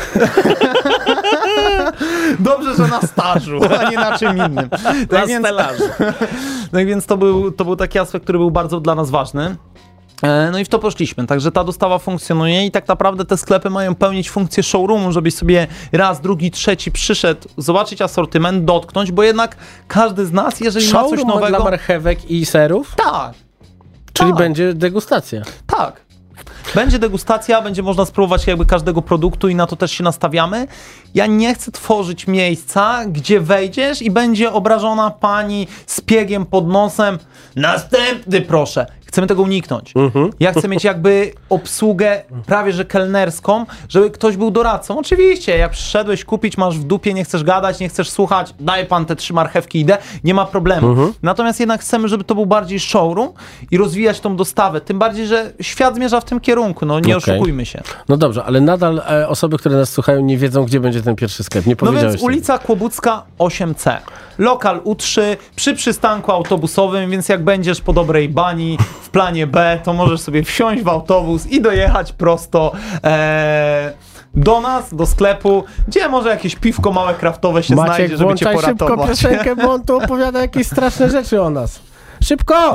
Dobrze, że na stażu, a nie na czym innym. Na Tak więc, stelażu. tak więc to był, to był taki aspekt, który był bardzo dla nas ważny. E, No i w to poszliśmy, także ta dostawa funkcjonuje i tak naprawdę te sklepy mają pełnić funkcję showroomu, żebyś sobie raz, drugi, trzeci przyszedł, zobaczyć asortyment, dotknąć, bo jednak każdy z nas, jeżeli ma coś Showroom nowego... dla marchewek i serów? Tak, Czyli tak. będzie degustacja. tak. Będzie degustacja, będzie można spróbować jakby każdego produktu i na to też się nastawiamy. Ja nie chcę tworzyć miejsca, gdzie wejdziesz i będzie obrażona pani z piegiem pod nosem. Następny proszę. Chcemy tego uniknąć. Mhm. Ja chcę mieć jakby obsługę prawie że kelnerską, żeby ktoś był doradcą. Oczywiście, jak przyszedłeś kupić, masz w dupie, nie chcesz gadać, nie chcesz słuchać, daj pan te trzy marchewki, idę, nie ma problemu. Mhm. Natomiast jednak chcemy, żeby to był bardziej showroom i rozwijać tą dostawę. Tym bardziej, że świat zmierza w tym kierunku, no nie Okej. oszukujmy się. No dobrze, ale nadal e, osoby, które nas słuchają, nie wiedzą, gdzie będzie ten pierwszy sklep. Nie No powiedziałeś więc tego. ulica Kłobucka osiem C. Lokal U trzy przy przystanku autobusowym, więc jak będziesz po dobrej bani w planie B, to możesz sobie wsiąść w autobus i dojechać prosto e, do nas, do sklepu, gdzie może jakieś piwko małe kraftowe się Maciek, znajdzie, żeby cię włączaj szybko poratować. piosenkę, bo on tu opowiada jakieś straszne rzeczy o nas. Szybko!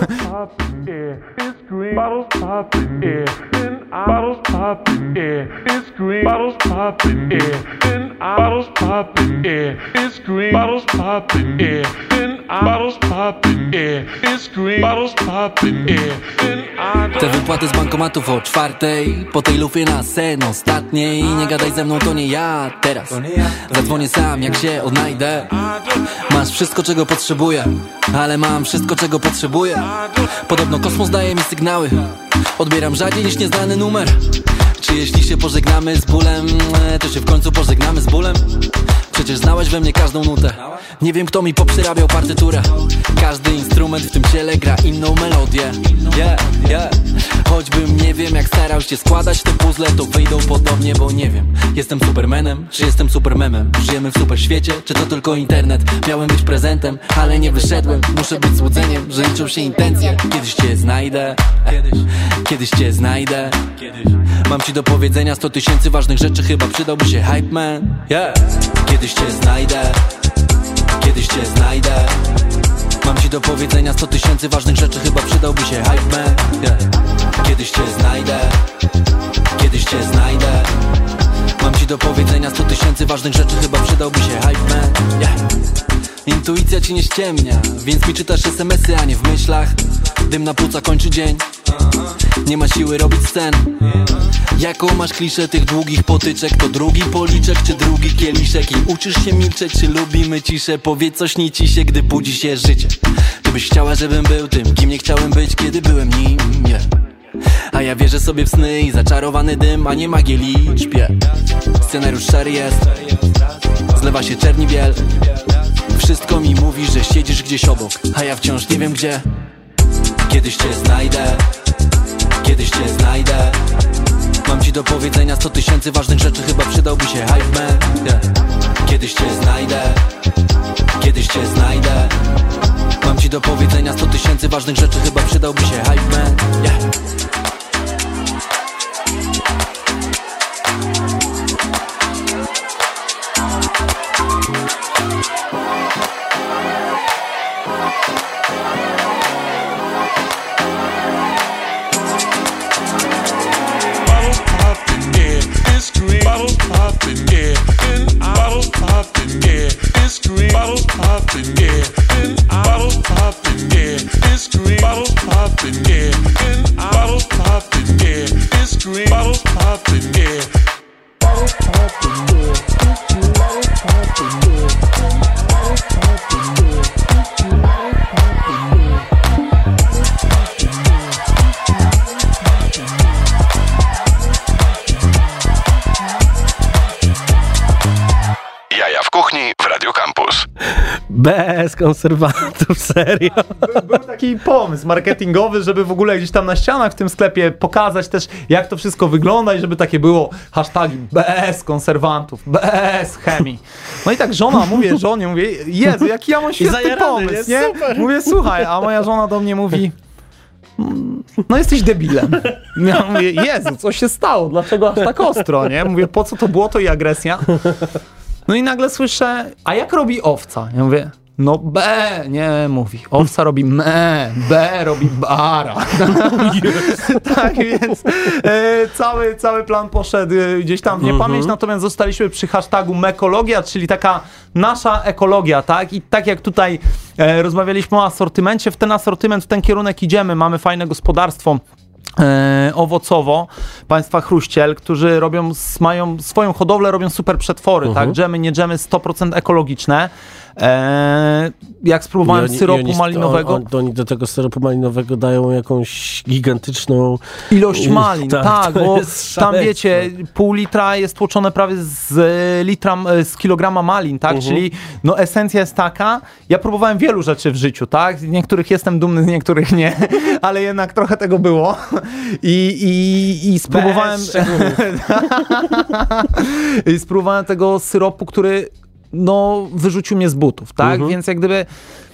Bottles poppin', yeah, and I bottles poppin', yeah, it's green. Bottles poppin', yeah, and I bottles poppin', yeah, it's green. Bottles poppin', yeah, and I bottles poppin', yeah, it's green. Bottles poppin', yeah, and I. Te wypłaty z bankomatów o czwartej, po tej lufie na sen ostatniej. Nie gadaj ze mną, to nie ja teraz. Zadzwonię sam, jak się odnajdę. Masz wszystko, czego potrzebuję, ale mam wszystko, czego potrzebuję. Podobno kosmos daje mi sygnały. Odbieram rzadziej niż nieznany numer. Czy jeśli się pożegnamy z bólem, to się w końcu pożegnamy z bólem? Przecież znałeś we mnie każdą nutę. Nie wiem, kto mi poprzerabiał partyturę. Każdy instrument w tym ciele gra inną melodię. Yeah, yeah. Choćbym nie wiem, jak starał się składać te puzzle, to wyjdą podobnie, bo nie wiem. Jestem supermanem, czy jestem supermemem? Żyjemy w super świecie, czy to tylko internet? Miałem być prezentem, ale nie wyszedłem. Muszę być złudzeniem, że liczą się intencje. Kiedyś cię znajdę, kiedyś, kiedyś cię znajdę. Mam ci do powiedzenia sto tysięcy ważnych rzeczy, chyba przydałby się hype man. Yeah. Kiedyś cię znajdę, kiedyś cię znajdę. Mam ci do powiedzenia sto tysięcy ważnych rzeczy, chyba przydałby się hype man. Yeah. Kiedyś cię znajdę, kiedyś cię znajdę. Mam ci do powiedzenia sto tysięcy ważnych rzeczy, chyba przydałby się hype man. Yeah. Intuicja ci nie ściemnia, więc mi czytasz es em esy, a nie w myślach. Dym na płuca kończy dzień. Nie ma siły robić scen. Jaką masz kliszę tych długich potyczek? To drugi policzek czy drugi kieliszek? I uczysz się milczeć, czy lubimy ciszę? Powiedz, coś nie ci się, gdy budzi się życie. Ty byś chciała, żebym był tym, kim nie chciałem być, kiedy byłem nim, yeah. A ja wierzę sobie w sny i zaczarowany dym, a nie magię liczb, yeah. Scenariusz szary jest, zlewa się czerni biel. Wszystko mi mówi, że siedzisz gdzieś obok, a ja wciąż nie wiem gdzie. Kiedyś cię znajdę, kiedyś cię znajdę. Mam ci do powiedzenia sto tysięcy ważnych rzeczy, chyba przydałby się hype man. Yeah. Kiedyś cię znajdę, kiedyś cię znajdę. Mam ci do powiedzenia sto tysięcy ważnych rzeczy, chyba przydałby się hype man, yeah. Bottles popping, yeah, it's green. Bottles popping, yeah, and bottles popping, yeah, it's green. Bottles popping, yeah, and bottles popping, yeah, it's green. Bottles popping, yeah, and bottles popping, yeah, it's green. Bottles popping, yeah. Bottles popping, yeah, it's green. Bottles popping, yeah, bottles popping, yeah, it's green. Bottles popping, yeah. Jaja w kuchni w Radio Campus. Bez konserwantów, serio. Był, był taki pomysł marketingowy, żeby w ogóle gdzieś tam na ścianach w tym sklepie pokazać też, jak to wszystko wygląda i żeby takie było hashtagi bez konserwantów, bez chemii. No i tak żona, mówię żonie, mówię, Jezu, jaki ja mam świetny zajarany, pomysł, nie? nie? Super. Mówię, słuchaj, a moja żona do mnie mówi, no jesteś debilem. Ja mówię, Jezu, co się stało? Dlaczego aż tak ostro, nie? Mówię, po co to błoto i agresja? No i nagle słyszę, a jak robi owca? Ja mówię, no B, nie, mówi. Owca robi me, B robi bara. Tak więc e, cały, cały plan poszedł e, gdzieś tam w niepamięć, mm-hmm. natomiast zostaliśmy przy hashtagu mekologia, czyli taka nasza ekologia, tak? I tak jak tutaj e, rozmawialiśmy o asortymencie, w ten asortyment, w ten kierunek idziemy, mamy fajne gospodarstwo E, owocowo, państwa Chruściel, którzy robią, mają swoją hodowlę, robią super przetwory, uh-huh. tak, dżemy, nie dżemy, sto procent ekologiczne. E, jak spróbowałem oni, syropu oni, malinowego. On, on, oni do tego syropu malinowego dają jakąś gigantyczną ilość malin, tak, tak bo tam wiecie, pół litra jest tłoczone prawie z litra, z kilograma malin, tak, uh-huh. czyli no esencja jest taka, ja próbowałem wielu rzeczy w życiu, tak, z niektórych jestem dumny, z niektórych nie, ale jednak trochę tego było i, i, i spróbowałem i spróbowałem tego syropu, który no wyrzucił mnie z butów, tak, mhm. więc jak gdyby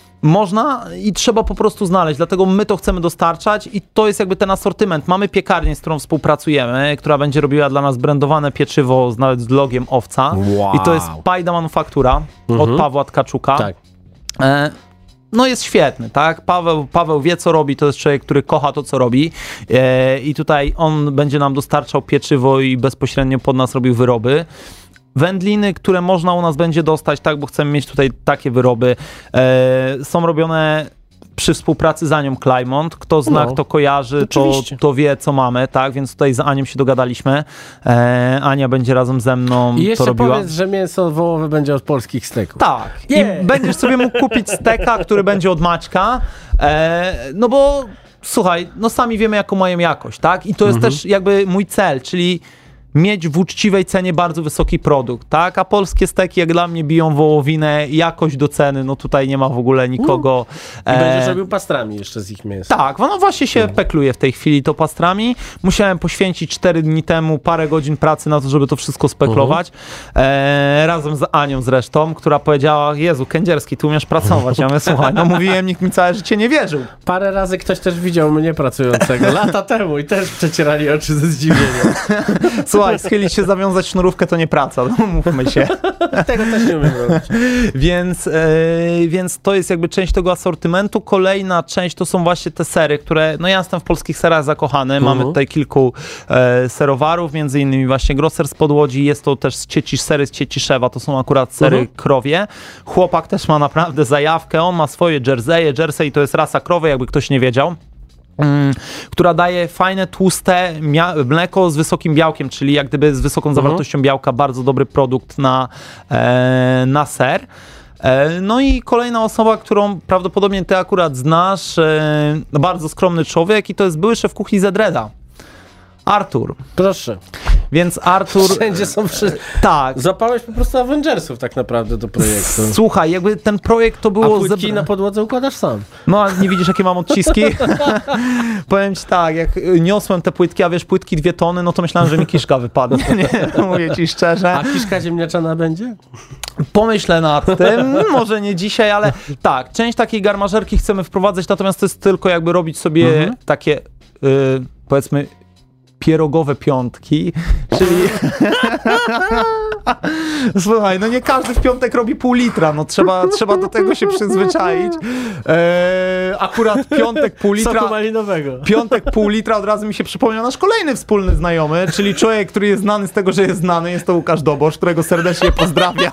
można i trzeba po prostu znaleźć, dlatego my to chcemy dostarczać i to jest jakby ten asortyment. Mamy piekarnię, z którą współpracujemy, która będzie robiła dla nas brandowane pieczywo z, nawet z logiem owca. Wow. I to jest Pajda Manufaktura mhm. od Pawła Tkaczuka. Tak. E, no jest świetny, tak? Paweł, Paweł wie, co robi, to jest człowiek, który kocha to, co robi e, i tutaj on będzie nam dostarczał pieczywo i bezpośrednio pod nas robił wyroby. Wędliny, które można u nas będzie dostać, tak, bo chcemy mieć tutaj takie wyroby, e, są robione przy współpracy z Anią Klejmont. Kto zna, no, kto kojarzy, to, to wie, co mamy, tak, więc tutaj z Anią się dogadaliśmy. E, Ania będzie razem ze mną I jeszcze to robiła. Powiedz, że mięso wołowe będzie od polskich steków. Tak. Yeah. I będziesz sobie mógł kupić steka, który będzie od Maćka, e, no bo słuchaj, no sami wiemy, jaką mają jakość, tak, i to jest mhm. też jakby mój cel, czyli mieć w uczciwej cenie bardzo wysoki produkt, tak? A polskie steki jak dla mnie biją wołowinę, jakość do ceny, no tutaj nie ma w ogóle nikogo. I e... będziesz robił pastrami jeszcze z ich mięsa. Tak, no właśnie się no. pekluje w tej chwili to pastrami. Musiałem poświęcić cztery dni temu parę godzin pracy na to, żeby to wszystko speklować. Uh-huh. E, razem z Anią zresztą, która powiedziała, Jezu, Kędzierski, ty umiesz pracować. Ja mówię, słuchaj, no mówiłem, nikt mi całe życie nie wierzył. Parę razy ktoś też widział mnie pracującego lata temu i też przecierali oczy ze zdziwienia. Słuchaj, schylić się, zawiązać sznurówkę to nie praca, no, mówmy się. Tego też nie umiem robić. Więc, yy, więc to jest jakby część tego asortymentu. Kolejna część to są właśnie te sery, które, no ja jestem w polskich serach zakochany. Uh-huh. Mamy tutaj kilku e, serowarów, między innymi właśnie Grosser z Podłodzi, jest to też z Cieci, sery z Cieciszewa, to są akurat sery uh-huh. krowie. Chłopak też ma naprawdę zajawkę, on ma swoje jerseje, jersey to jest rasa krowy, jakby ktoś nie wiedział. Mm, która daje fajne, tłuste mia- mleko z wysokim białkiem, czyli jak gdyby z wysoką uh-huh. zawartością białka, bardzo dobry produkt na, e, na ser. E, no i kolejna osoba, którą prawdopodobnie ty akurat znasz, e, bardzo skromny człowiek i to jest były szef kuchni Zedreda. Artur. Proszę. Więc Artur... Wszędzie są przy... Tak. Zapałeś po prostu Avengersów tak naprawdę do projektu. Słuchaj, jakby ten projekt to było... A płytki zebra... na podłodze układasz sam. No, a nie widzisz, jakie mam odciski? Powiem ci tak, jak niosłem te płytki, a wiesz, płytki dwie tony, no to myślałem, że mi kiszka wypadnie, nie? Mówię ci szczerze. A kiszka ziemniaczana będzie? Pomyślę nad tym, może nie dzisiaj, ale tak, część takiej garmażerki chcemy wprowadzać, natomiast to jest tylko jakby robić sobie mhm. takie, yy, powiedzmy, pierogowe piątki, czyli... Słuchaj, no nie każdy w piątek robi pół litra, no trzeba, trzeba do tego się przyzwyczaić. Eee, akurat piątek pół litra... Soku malinowego. Piątek pół litra, od razu mi się przypomniał nasz kolejny wspólny znajomy, czyli człowiek, który jest znany z tego, że jest znany, jest to Łukasz Dobosz, którego serdecznie pozdrawiam.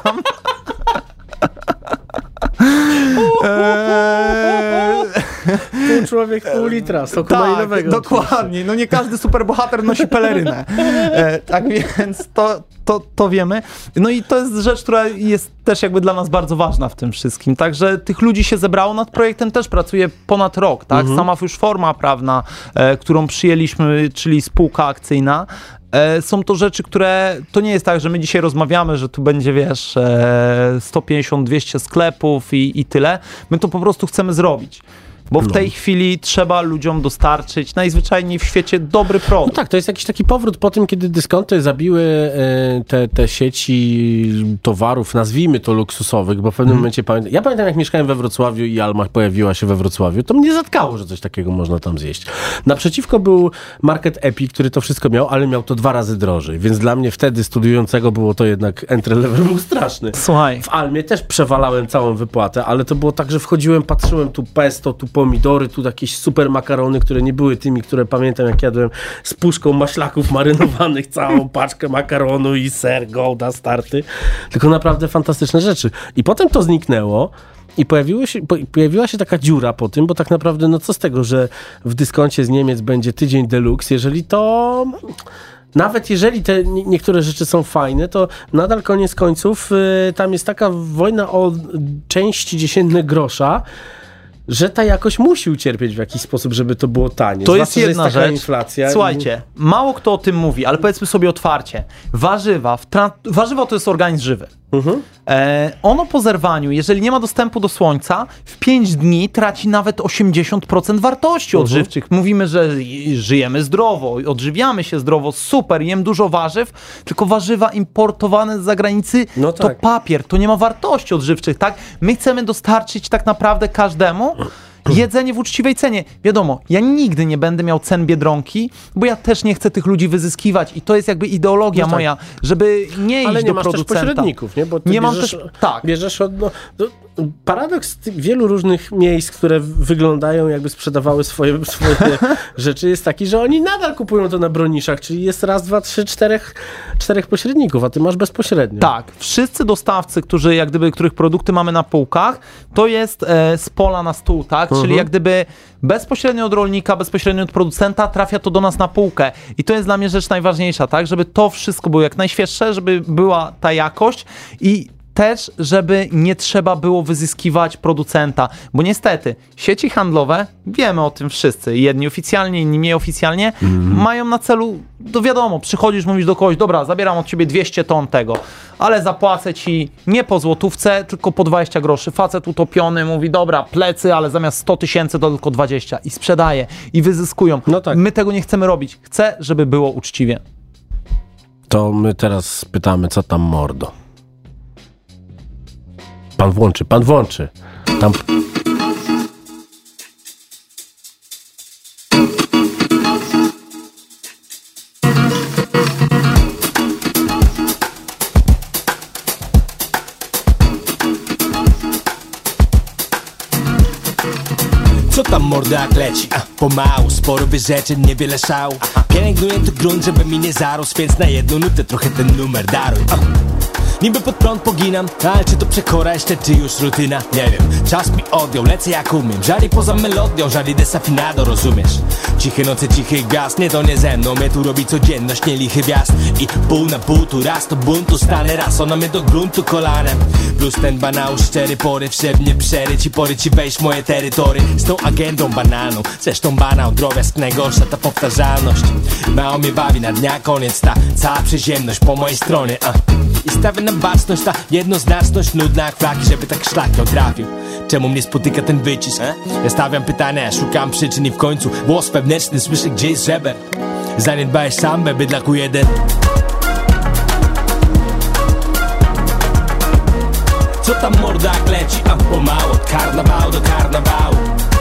Eee... Pół człowiek, pół litra soku tak, malinowego. Dokładnie, oczywiście. No nie każdy superbohater nosi pelerynę. E, tak więc to, to, to wiemy. No i to jest rzecz, która jest też jakby dla nas bardzo ważna w tym wszystkim. Także tych ludzi się zebrało, nad projektem też pracuje ponad rok, tak? Mhm. Sama już forma prawna, e, którą przyjęliśmy, czyli spółka akcyjna. Są to rzeczy, które, to nie jest tak, że my dzisiaj rozmawiamy, że tu będzie, wiesz, sto pięćdziesiąt dwieście sklepów i, i tyle. My to po prostu chcemy zrobić. Bo w tej no. chwili trzeba ludziom dostarczyć najzwyczajniej w świecie dobry produkt. No tak, to jest jakiś taki powrót po tym, kiedy dyskonty zabiły e, te, te sieci towarów, nazwijmy to luksusowych, bo w pewnym hmm. momencie pamiętam, ja pamiętam jak mieszkałem we Wrocławiu i Alma pojawiła się we Wrocławiu, to mnie zatkało, że coś takiego można tam zjeść. Naprzeciwko był Market Epi, który to wszystko miał, ale miał to dwa razy drożej, więc dla mnie wtedy studiującego było to jednak entry level był straszny. Słuchaj. W Almie też przewalałem całą wypłatę, ale to było tak, że wchodziłem, patrzyłem tu pesto, tu pomidory, tu jakieś super makarony, które nie były tymi, które pamiętam jak jadłem z puszką maślaków marynowanych, całą paczkę makaronu i ser, Gouda, starty. Tylko naprawdę fantastyczne rzeczy. I potem to zniknęło i pojawiło się, po, pojawiła się taka dziura po tym, bo tak naprawdę no co z tego, że w dyskoncie z Niemiec będzie tydzień deluxe, jeżeli to... Nawet jeżeli te niektóre rzeczy są fajne, to nadal koniec końców yy, tam jest taka wojna o części dziesiętne grosza, że ta jakość musi ucierpieć w jakiś sposób, żeby to było tanie. To jest jedna jest taka rzecz. Inflacja. Słuchajcie, i... mało kto o tym mówi, ale powiedzmy sobie otwarcie. Warzywa, w tra... warzywo to jest organizm żywy. Mhm. E, ono po zerwaniu, jeżeli nie ma dostępu do słońca, w pięć dni traci nawet osiemdziesiąt procent wartości mhm. odżywczych. Mówimy, że żyjemy zdrowo, odżywiamy się zdrowo, super, jem dużo warzyw, tylko warzywa importowane z zagranicy no tak. to papier, to nie ma wartości odżywczych, tak? My chcemy dostarczyć tak naprawdę każdemu jedzenie w uczciwej cenie. Wiadomo, ja nigdy nie będę miał cen Biedronki, bo ja też nie chcę tych ludzi wyzyskiwać i to jest jakby ideologia no tak. moja, żeby nie Ale iść nie do masz producenta. Też pośredników, nie? Bo ty nie bierzesz, mam też, tak. bierzesz od... No, no, paradoks wielu różnych miejsc, które wyglądają jakby sprzedawały swoje, swoje rzeczy jest taki, że oni nadal kupują to na broniszach, czyli jest raz, dwa, trzy, czterech, czterech pośredników, a ty masz bezpośrednio. Tak. Wszyscy dostawcy, którzy jak gdyby, których produkty mamy na półkach, to jest e, z pola na stół, tak? Mhm. Czyli jak gdyby bezpośrednio od rolnika, bezpośrednio od producenta trafia to do nas na półkę. I to jest dla mnie rzecz najważniejsza, tak? Żeby to wszystko było jak najświeższe, żeby była ta jakość i też, żeby nie trzeba było wyzyskiwać producenta, bo niestety sieci handlowe, wiemy o tym wszyscy, jedni oficjalnie, inni nieoficjalnie, mm. mają na celu, to wiadomo, przychodzisz, mówisz do kogoś, dobra, zabieram od ciebie dwieście ton tego, ale zapłacę ci nie po złotówce, tylko po dwadzieścia groszy. Facet utopiony mówi, dobra, plecy, ale zamiast sto tysięcy to tylko dwadzieścia i sprzedaje i wyzyskują. No tak. My tego nie chcemy robić. Chcę, żeby było uczciwie. To my teraz pytamy, co tam mordo? Pan włączy, pan włączy. Tam... Co tam mordo jak leci? A, pomału, sporo wyrzeczeń, niewiele szału. Pielęgnuję tu grunt, żeby mi nie zarósł, więc na jedną nutę trochę ten numer daruj. A. niby pod prąd poginam. Ale czy to przekora jeszcze, czy już rutyna? Nie wiem, czas mi odjął, lecę jak umiem. Żali poza melodią, żali desafinado, rozumiesz? Ciche noce, cichy gwiazd, nie to nie ze mną. Mnie tu robi codzienność, nie lichy wjazd. I pół na pół, tu raz to buntu stanę, raz ona mnie do gruntu kolanem. Plus ten banał szczery poryw, szepnie przeryć i pory ci wejść w moje terytory. Z tą agendą banalną, zresztą banał drobiazg, najgorsza ta powtarzalność. Mało mnie bawi na dnia koniec ta cała przyziemność po mojej stronie, a. I stawię na baczność ta jednoznaczność, nudna jak flaki, żeby tak szlak ją trafił. Czemu mnie spotyka ten wycisk? Ja stawiam pytania, szukam przyczyn i w końcu głos wewnętrzny słyszę gdzieś żeber. Zaniedbałeś sambę, bydlaku jeden. Co tam morda leci, a pomału od karnawału do karnawału.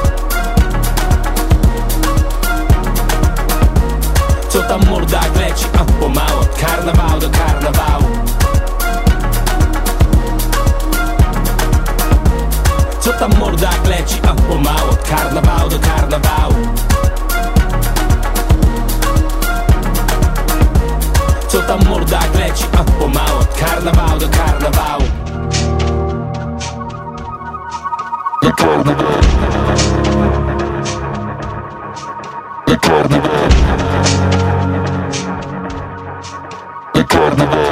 Co tam morda leci, a pomału od karnawału do karnawału. Co tam morda leci, a pomału od karnawału do karnawału. Co tam morda leci, a pomału od karnawału do karnawału. Do karnawału. Do karnawału. Do karnawału.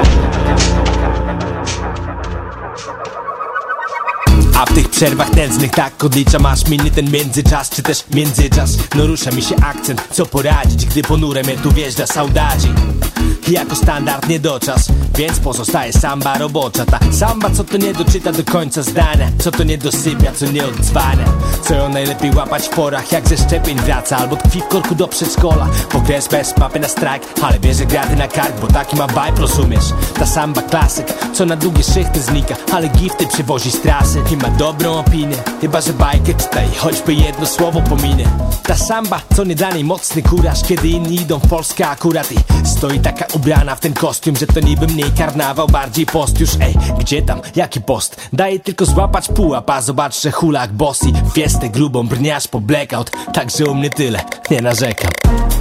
A w tych przerwach tętnych tak odliczam, aż minie ten międzyczas, czy też międzyczas. No rusza mi się akcent, co poradzić, gdy ponure mnie tu wjeżdża saudadzi. Jako standard niedoczas, więc pozostaje samba robocza. Ta samba, co to nie doczyta do końca zdania, co to nie dosypia, co nie odzwania. Co ją najlepiej łapać w porach, jak ze szczepień wraca, albo tkwi w korku do przedszkola. Pokres bez mapy na strajk, ale bierze graty na kark, bo taki ma vibe, rozumiesz? Ta samba klasyk, co na długie szychty znika, ale gifty przywozi z trasy. I ma dobrą opinię, chyba że bajkę czyta i choćby jedno słowo pominę. Ta samba, co nie dla niej mocny kuraż, kiedy inni idą w Polskę akurat i stoi taka ubrana w ten kostium, że to niby mniej karnawał, bardziej post już. Ej, gdzie tam, jaki post? Daje tylko złapać pułap, a zobacz, że hulak bossy fiestę grubą brniasz po blackout. Także u mnie tyle, nie narzekam.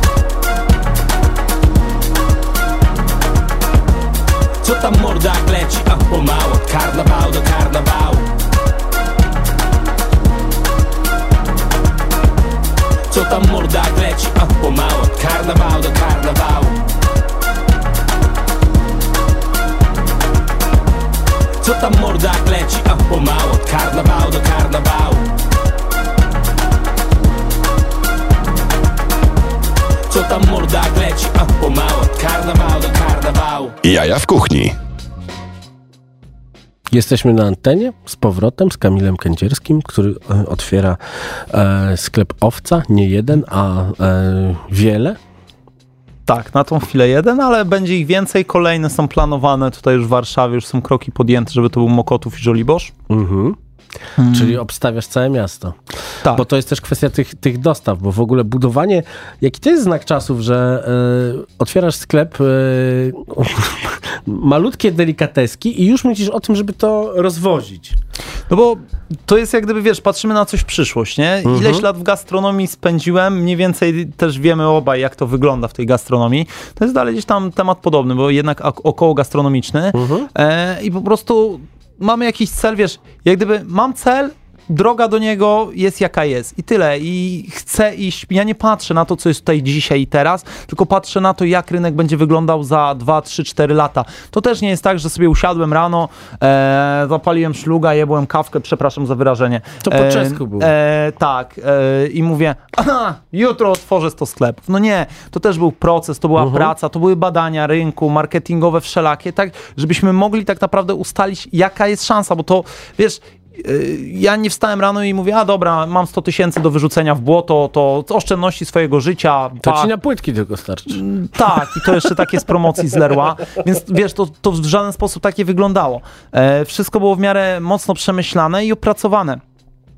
Co tam morda leci, a pomału od karnawału do karnawału. Co tam morda leci, a pomału od karnawału do karnawału. Co tam morda leci, a pomału od karnawału do karnawału. Co tam morda leci, a pomału od karnawału do karnawału. Jaja w kuchni. Jesteśmy na antenie z powrotem z Kamilem Kędzierskim, który e, otwiera e, sklep Owca, nie jeden, a e, wiele. Tak, na tą chwilę jeden, ale będzie ich więcej. Kolejne są planowane tutaj już w Warszawie, już są kroki podjęte, żeby to był Mokotów i Żoliborz. Mhm. Hmm. Czyli obstawiasz całe miasto. Tak. Bo to jest też kwestia tych, tych dostaw, bo w ogóle budowanie, jaki to jest znak czasów, że y, otwierasz sklep, y, malutkie delikateski i już myślisz o tym, żeby to rozwozić. No bo to jest jak gdyby, wiesz, patrzymy na coś w przyszłość, nie? Mhm. Ileś lat w gastronomii spędziłem, mniej więcej też wiemy obaj, jak to wygląda w tej gastronomii. To jest dalej gdzieś tam temat podobny, bo jednak około gastronomiczny mhm. e, i po prostu mamy jakiś cel, wiesz, jak gdyby mam cel, droga do niego jest jaka jest i tyle. I chcę iść, ja nie patrzę na to, co jest tutaj dzisiaj i teraz, tylko patrzę na to, jak rynek będzie wyglądał za dwa, trzy, cztery lata. To też nie jest tak, że sobie usiadłem rano, e, zapaliłem szluga, jebłem kawkę, przepraszam za wyrażenie. To po czesku było. E, tak. E, I mówię, aha, jutro otworzę sto sklepów. No nie, to też był proces, to była uh-huh. praca, to były badania rynku, marketingowe wszelakie, tak, żebyśmy mogli tak naprawdę ustalić, jaka jest szansa, bo to, wiesz, ja nie wstałem rano i mówię, a dobra, mam sto tysięcy do wyrzucenia w błoto, to oszczędności swojego życia. To pa... ci na płytki tylko starczy. Tak, i to jeszcze takie z promocji z Lerła, więc wiesz, to, to w żaden sposób takie wyglądało. E, wszystko było w miarę mocno przemyślane i opracowane.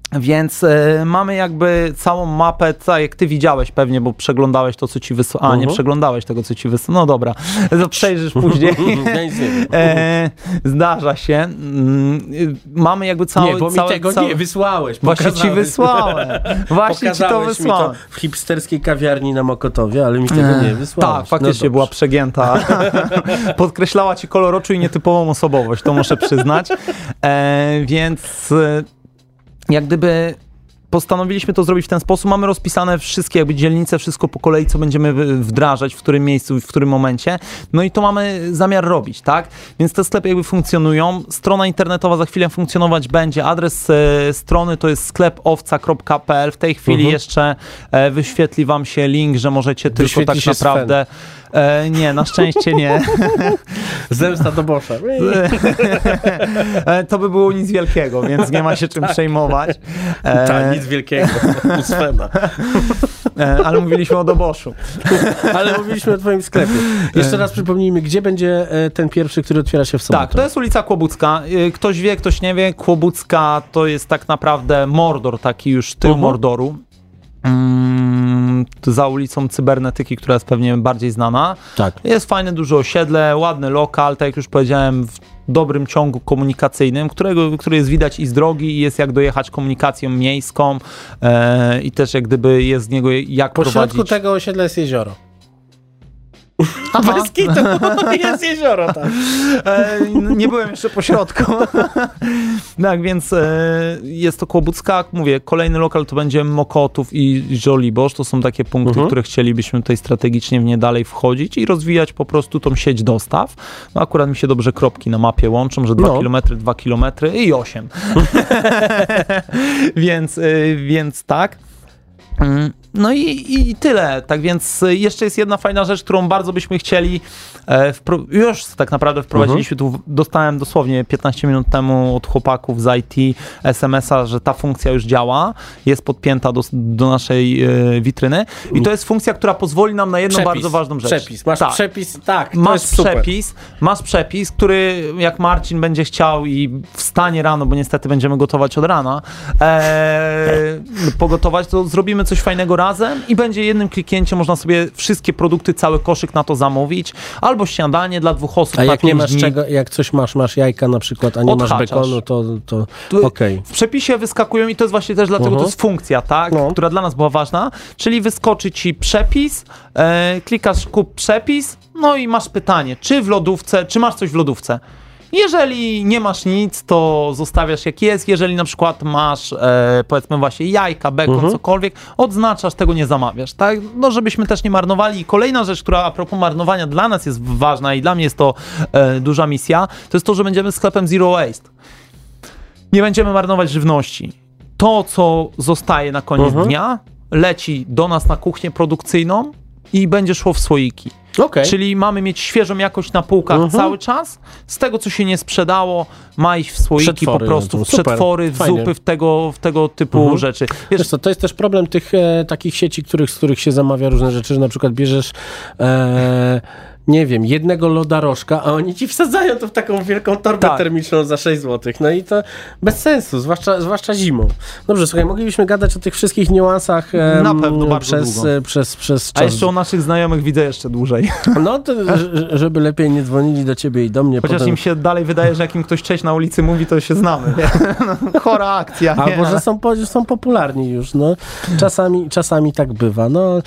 Więc y, mamy jakby całą mapę, tak jak ty widziałeś pewnie, bo przeglądałeś to, co ci wysłałem. A, uh-huh. nie przeglądałeś tego, co ci wysłałem. No dobra, to przejrzysz później. e, zdarza się. Mm, mamy jakby cały... Nie, bo cały, mi tego cały... nie wysłałeś. Właśnie ci wysłałem. Właśnie ci to wysłałem. Mi to w hipsterskiej kawiarni na Mokotowie, ale mi tego nie wysłałeś. Tak, faktycznie no była przegięta. Podkreślała ci kolor oczu i nietypową osobowość, to muszę przyznać. E, więc... Jak gdyby postanowiliśmy to zrobić w ten sposób, mamy rozpisane wszystkie jakby dzielnice, wszystko po kolei, co będziemy wdrażać, w którym miejscu, w którym momencie, no i to mamy zamiar robić, tak? Więc te sklepy jakby funkcjonują, strona internetowa za chwilę funkcjonować będzie, adres e, strony to jest sklep owca kropka p l, w tej chwili uh-huh. jeszcze e, wyświetli wam się link, że możecie tylko tak naprawdę... E, nie, na szczęście nie. Zemsta do Boscha. e, to by było nic wielkiego, więc nie ma się czym tak. przejmować. E, tak, nic wielkiego. e, ale mówiliśmy o Doboszu. Ale mówiliśmy o twoim sklepie. Jeszcze raz przypomnijmy, gdzie będzie ten pierwszy, który otwiera się w sobotę. Tak, to jest ulica Kłobucka. Ktoś wie, ktoś nie wie. Kłobucka to jest tak naprawdę Mordor, taki już tył uh-huh. Mordoru. Mm, za ulicą Cybernetyki, która jest pewnie bardziej znana. Tak. Jest fajne, duże osiedle, ładny lokal, tak jak już powiedziałem, w dobrym ciągu komunikacyjnym, którego, który jest widać i z drogi, i jest jak dojechać komunikacją miejską e, i też jak gdyby jest z niego jak po prowadzić... Po środku tego osiedla jest jezioro. Bez kitu, jest jezioro tam. E, nie byłem jeszcze po środku. Tak, więc e, jest to Kłobucka. Mówię, kolejny lokal to będzie Mokotów i Żoliborz. To są takie punkty, uh-huh. które chcielibyśmy tutaj strategicznie w nie dalej wchodzić i rozwijać po prostu tą sieć dostaw. No akurat mi się dobrze kropki na mapie łączą, że dwa no. kilometry, dwa kilometry i osiem. więc, e, więc tak. No i, i tyle. Tak więc jeszcze jest jedna fajna rzecz, którą bardzo byśmy chcieli e, wpro- już tak naprawdę wprowadziliśmy. Uh-huh. Tu dostałem dosłownie piętnaście minut temu od chłopaków z I T es em es a, że ta funkcja już działa, jest podpięta do, do naszej e, witryny i to jest funkcja, która pozwoli nam na jedną przepis, bardzo ważną rzecz. Przepis, masz tak. przepis, tak. To masz jest super. przepis, masz przepis, który jak Marcin będzie chciał i wstanie rano, bo niestety będziemy gotować od rana, e, pogotować, to zrobimy coś fajnego razem i będzie jednym kliknięciem można sobie wszystkie produkty, cały koszyk na to zamówić, albo śniadanie dla dwóch osób. A jak nie masz dni. czego, jak coś masz, masz jajka na przykład, a nie Odhaczasz. masz bekonu, to, to okej. Okay. W przepisie wyskakują i to jest właśnie też dlatego, uh-huh. to jest funkcja, tak, no. która dla nas była ważna, czyli wyskoczy ci przepis, e, klikasz kup przepis, no i masz pytanie, czy w lodówce, czy masz coś w lodówce. Jeżeli nie masz nic, to zostawiasz jak jest. Jeżeli na przykład masz, e, powiedzmy właśnie jajka, bekon, mhm. cokolwiek, odznaczasz, tego nie zamawiasz, tak? No, żebyśmy też nie marnowali. I kolejna rzecz, która a propos marnowania dla nas jest ważna i dla mnie jest to e, duża misja, to jest to, że będziemy sklepem Zero Waste. Nie będziemy marnować żywności. To, co zostaje na koniec mhm. dnia, leci do nas na kuchnię produkcyjną i będzie szło w słoiki. Okay. Czyli mamy mieć świeżą jakość na półkach uh-huh. cały czas. Z tego, co się nie sprzedało, ma iść w słoiki przetwory, po prostu, w przetwory, w Fajnie. zupy, w tego, w tego typu uh-huh. rzeczy. Wiesz, Wiesz co, to jest też problem tych e, takich sieci, których, z których się zamawia różne rzeczy, że na przykład bierzesz e, nie wiem, jednego lodarożka, a oni ci wsadzają to w taką wielką torbę tak. termiczną za sześć złotych. No i to bez sensu, zwłaszcza, zwłaszcza zimą. Dobrze, słuchaj, moglibyśmy gadać o tych wszystkich niuansach em, na pewno bardzo przez, długo. Przez, przez czas. A jeszcze o naszych znajomych widzę jeszcze dłużej. No, to, żeby lepiej nie dzwonili do ciebie i do mnie. Chociaż potem... im się dalej wydaje, że jak im ktoś cześć na ulicy mówi, to się znamy. Chora akcja. Albo, że są, są popularni już. No. Czasami, czasami tak bywa. No,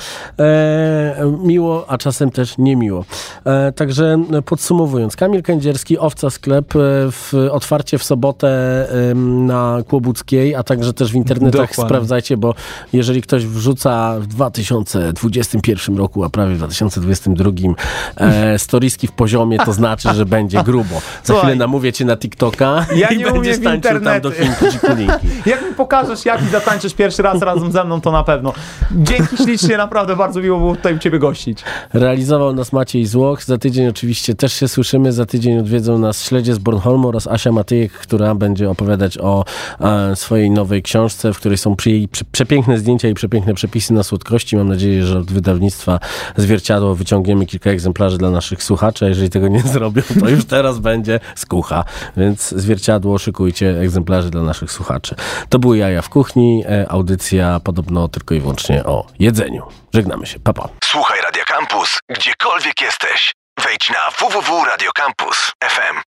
e, miło, a czasem też niemiło. E, także podsumowując, Kamil Kędzierski, Owca Sklep, w, otwarcie w sobotę e, na Kłobuckiej, a także też w internetach Dokładnie. Sprawdzajcie, bo jeżeli ktoś wrzuca w dwa tysiące dwudziestym pierwszym roku, a prawie w dwa tysiące dwudziestym drugim e, storiski w poziomie, to znaczy, że będzie grubo. Za Słuchaj, chwilę namówię cię na TikToka ja i nie będziesz umiem tańczył tam do Chinki Dzikulinki. Jak mi pokażesz, jak i zatańczysz pierwszy raz razem ze mną, to na pewno. Dzięki ślicznie, naprawdę bardzo miło było tutaj u ciebie gościć. Realizował nas Maciej Zło. Zwłoch. Za tydzień oczywiście też się słyszymy. Za tydzień odwiedzą nas Śledzie z Bornholmu oraz Asia Matyjek, która będzie opowiadać o e, swojej nowej książce, w której są przy jej przy, przepiękne zdjęcia i przepiękne przepisy na słodkości. Mam nadzieję, że od wydawnictwa Zwierciadło wyciągniemy kilka egzemplarzy dla naszych słuchaczy. A jeżeli tego nie zrobią, to już teraz będzie skucha. Więc Zwierciadło, szykujcie egzemplarzy dla naszych słuchaczy. To były Jaja w kuchni. E, audycja podobno tylko i wyłącznie o jedzeniu. Żegnamy się. Pa, pa. Słuchaj Radio Campus, gdziekolwiek jesteś. Wejdź na w w w kropka radio campus kropka f m.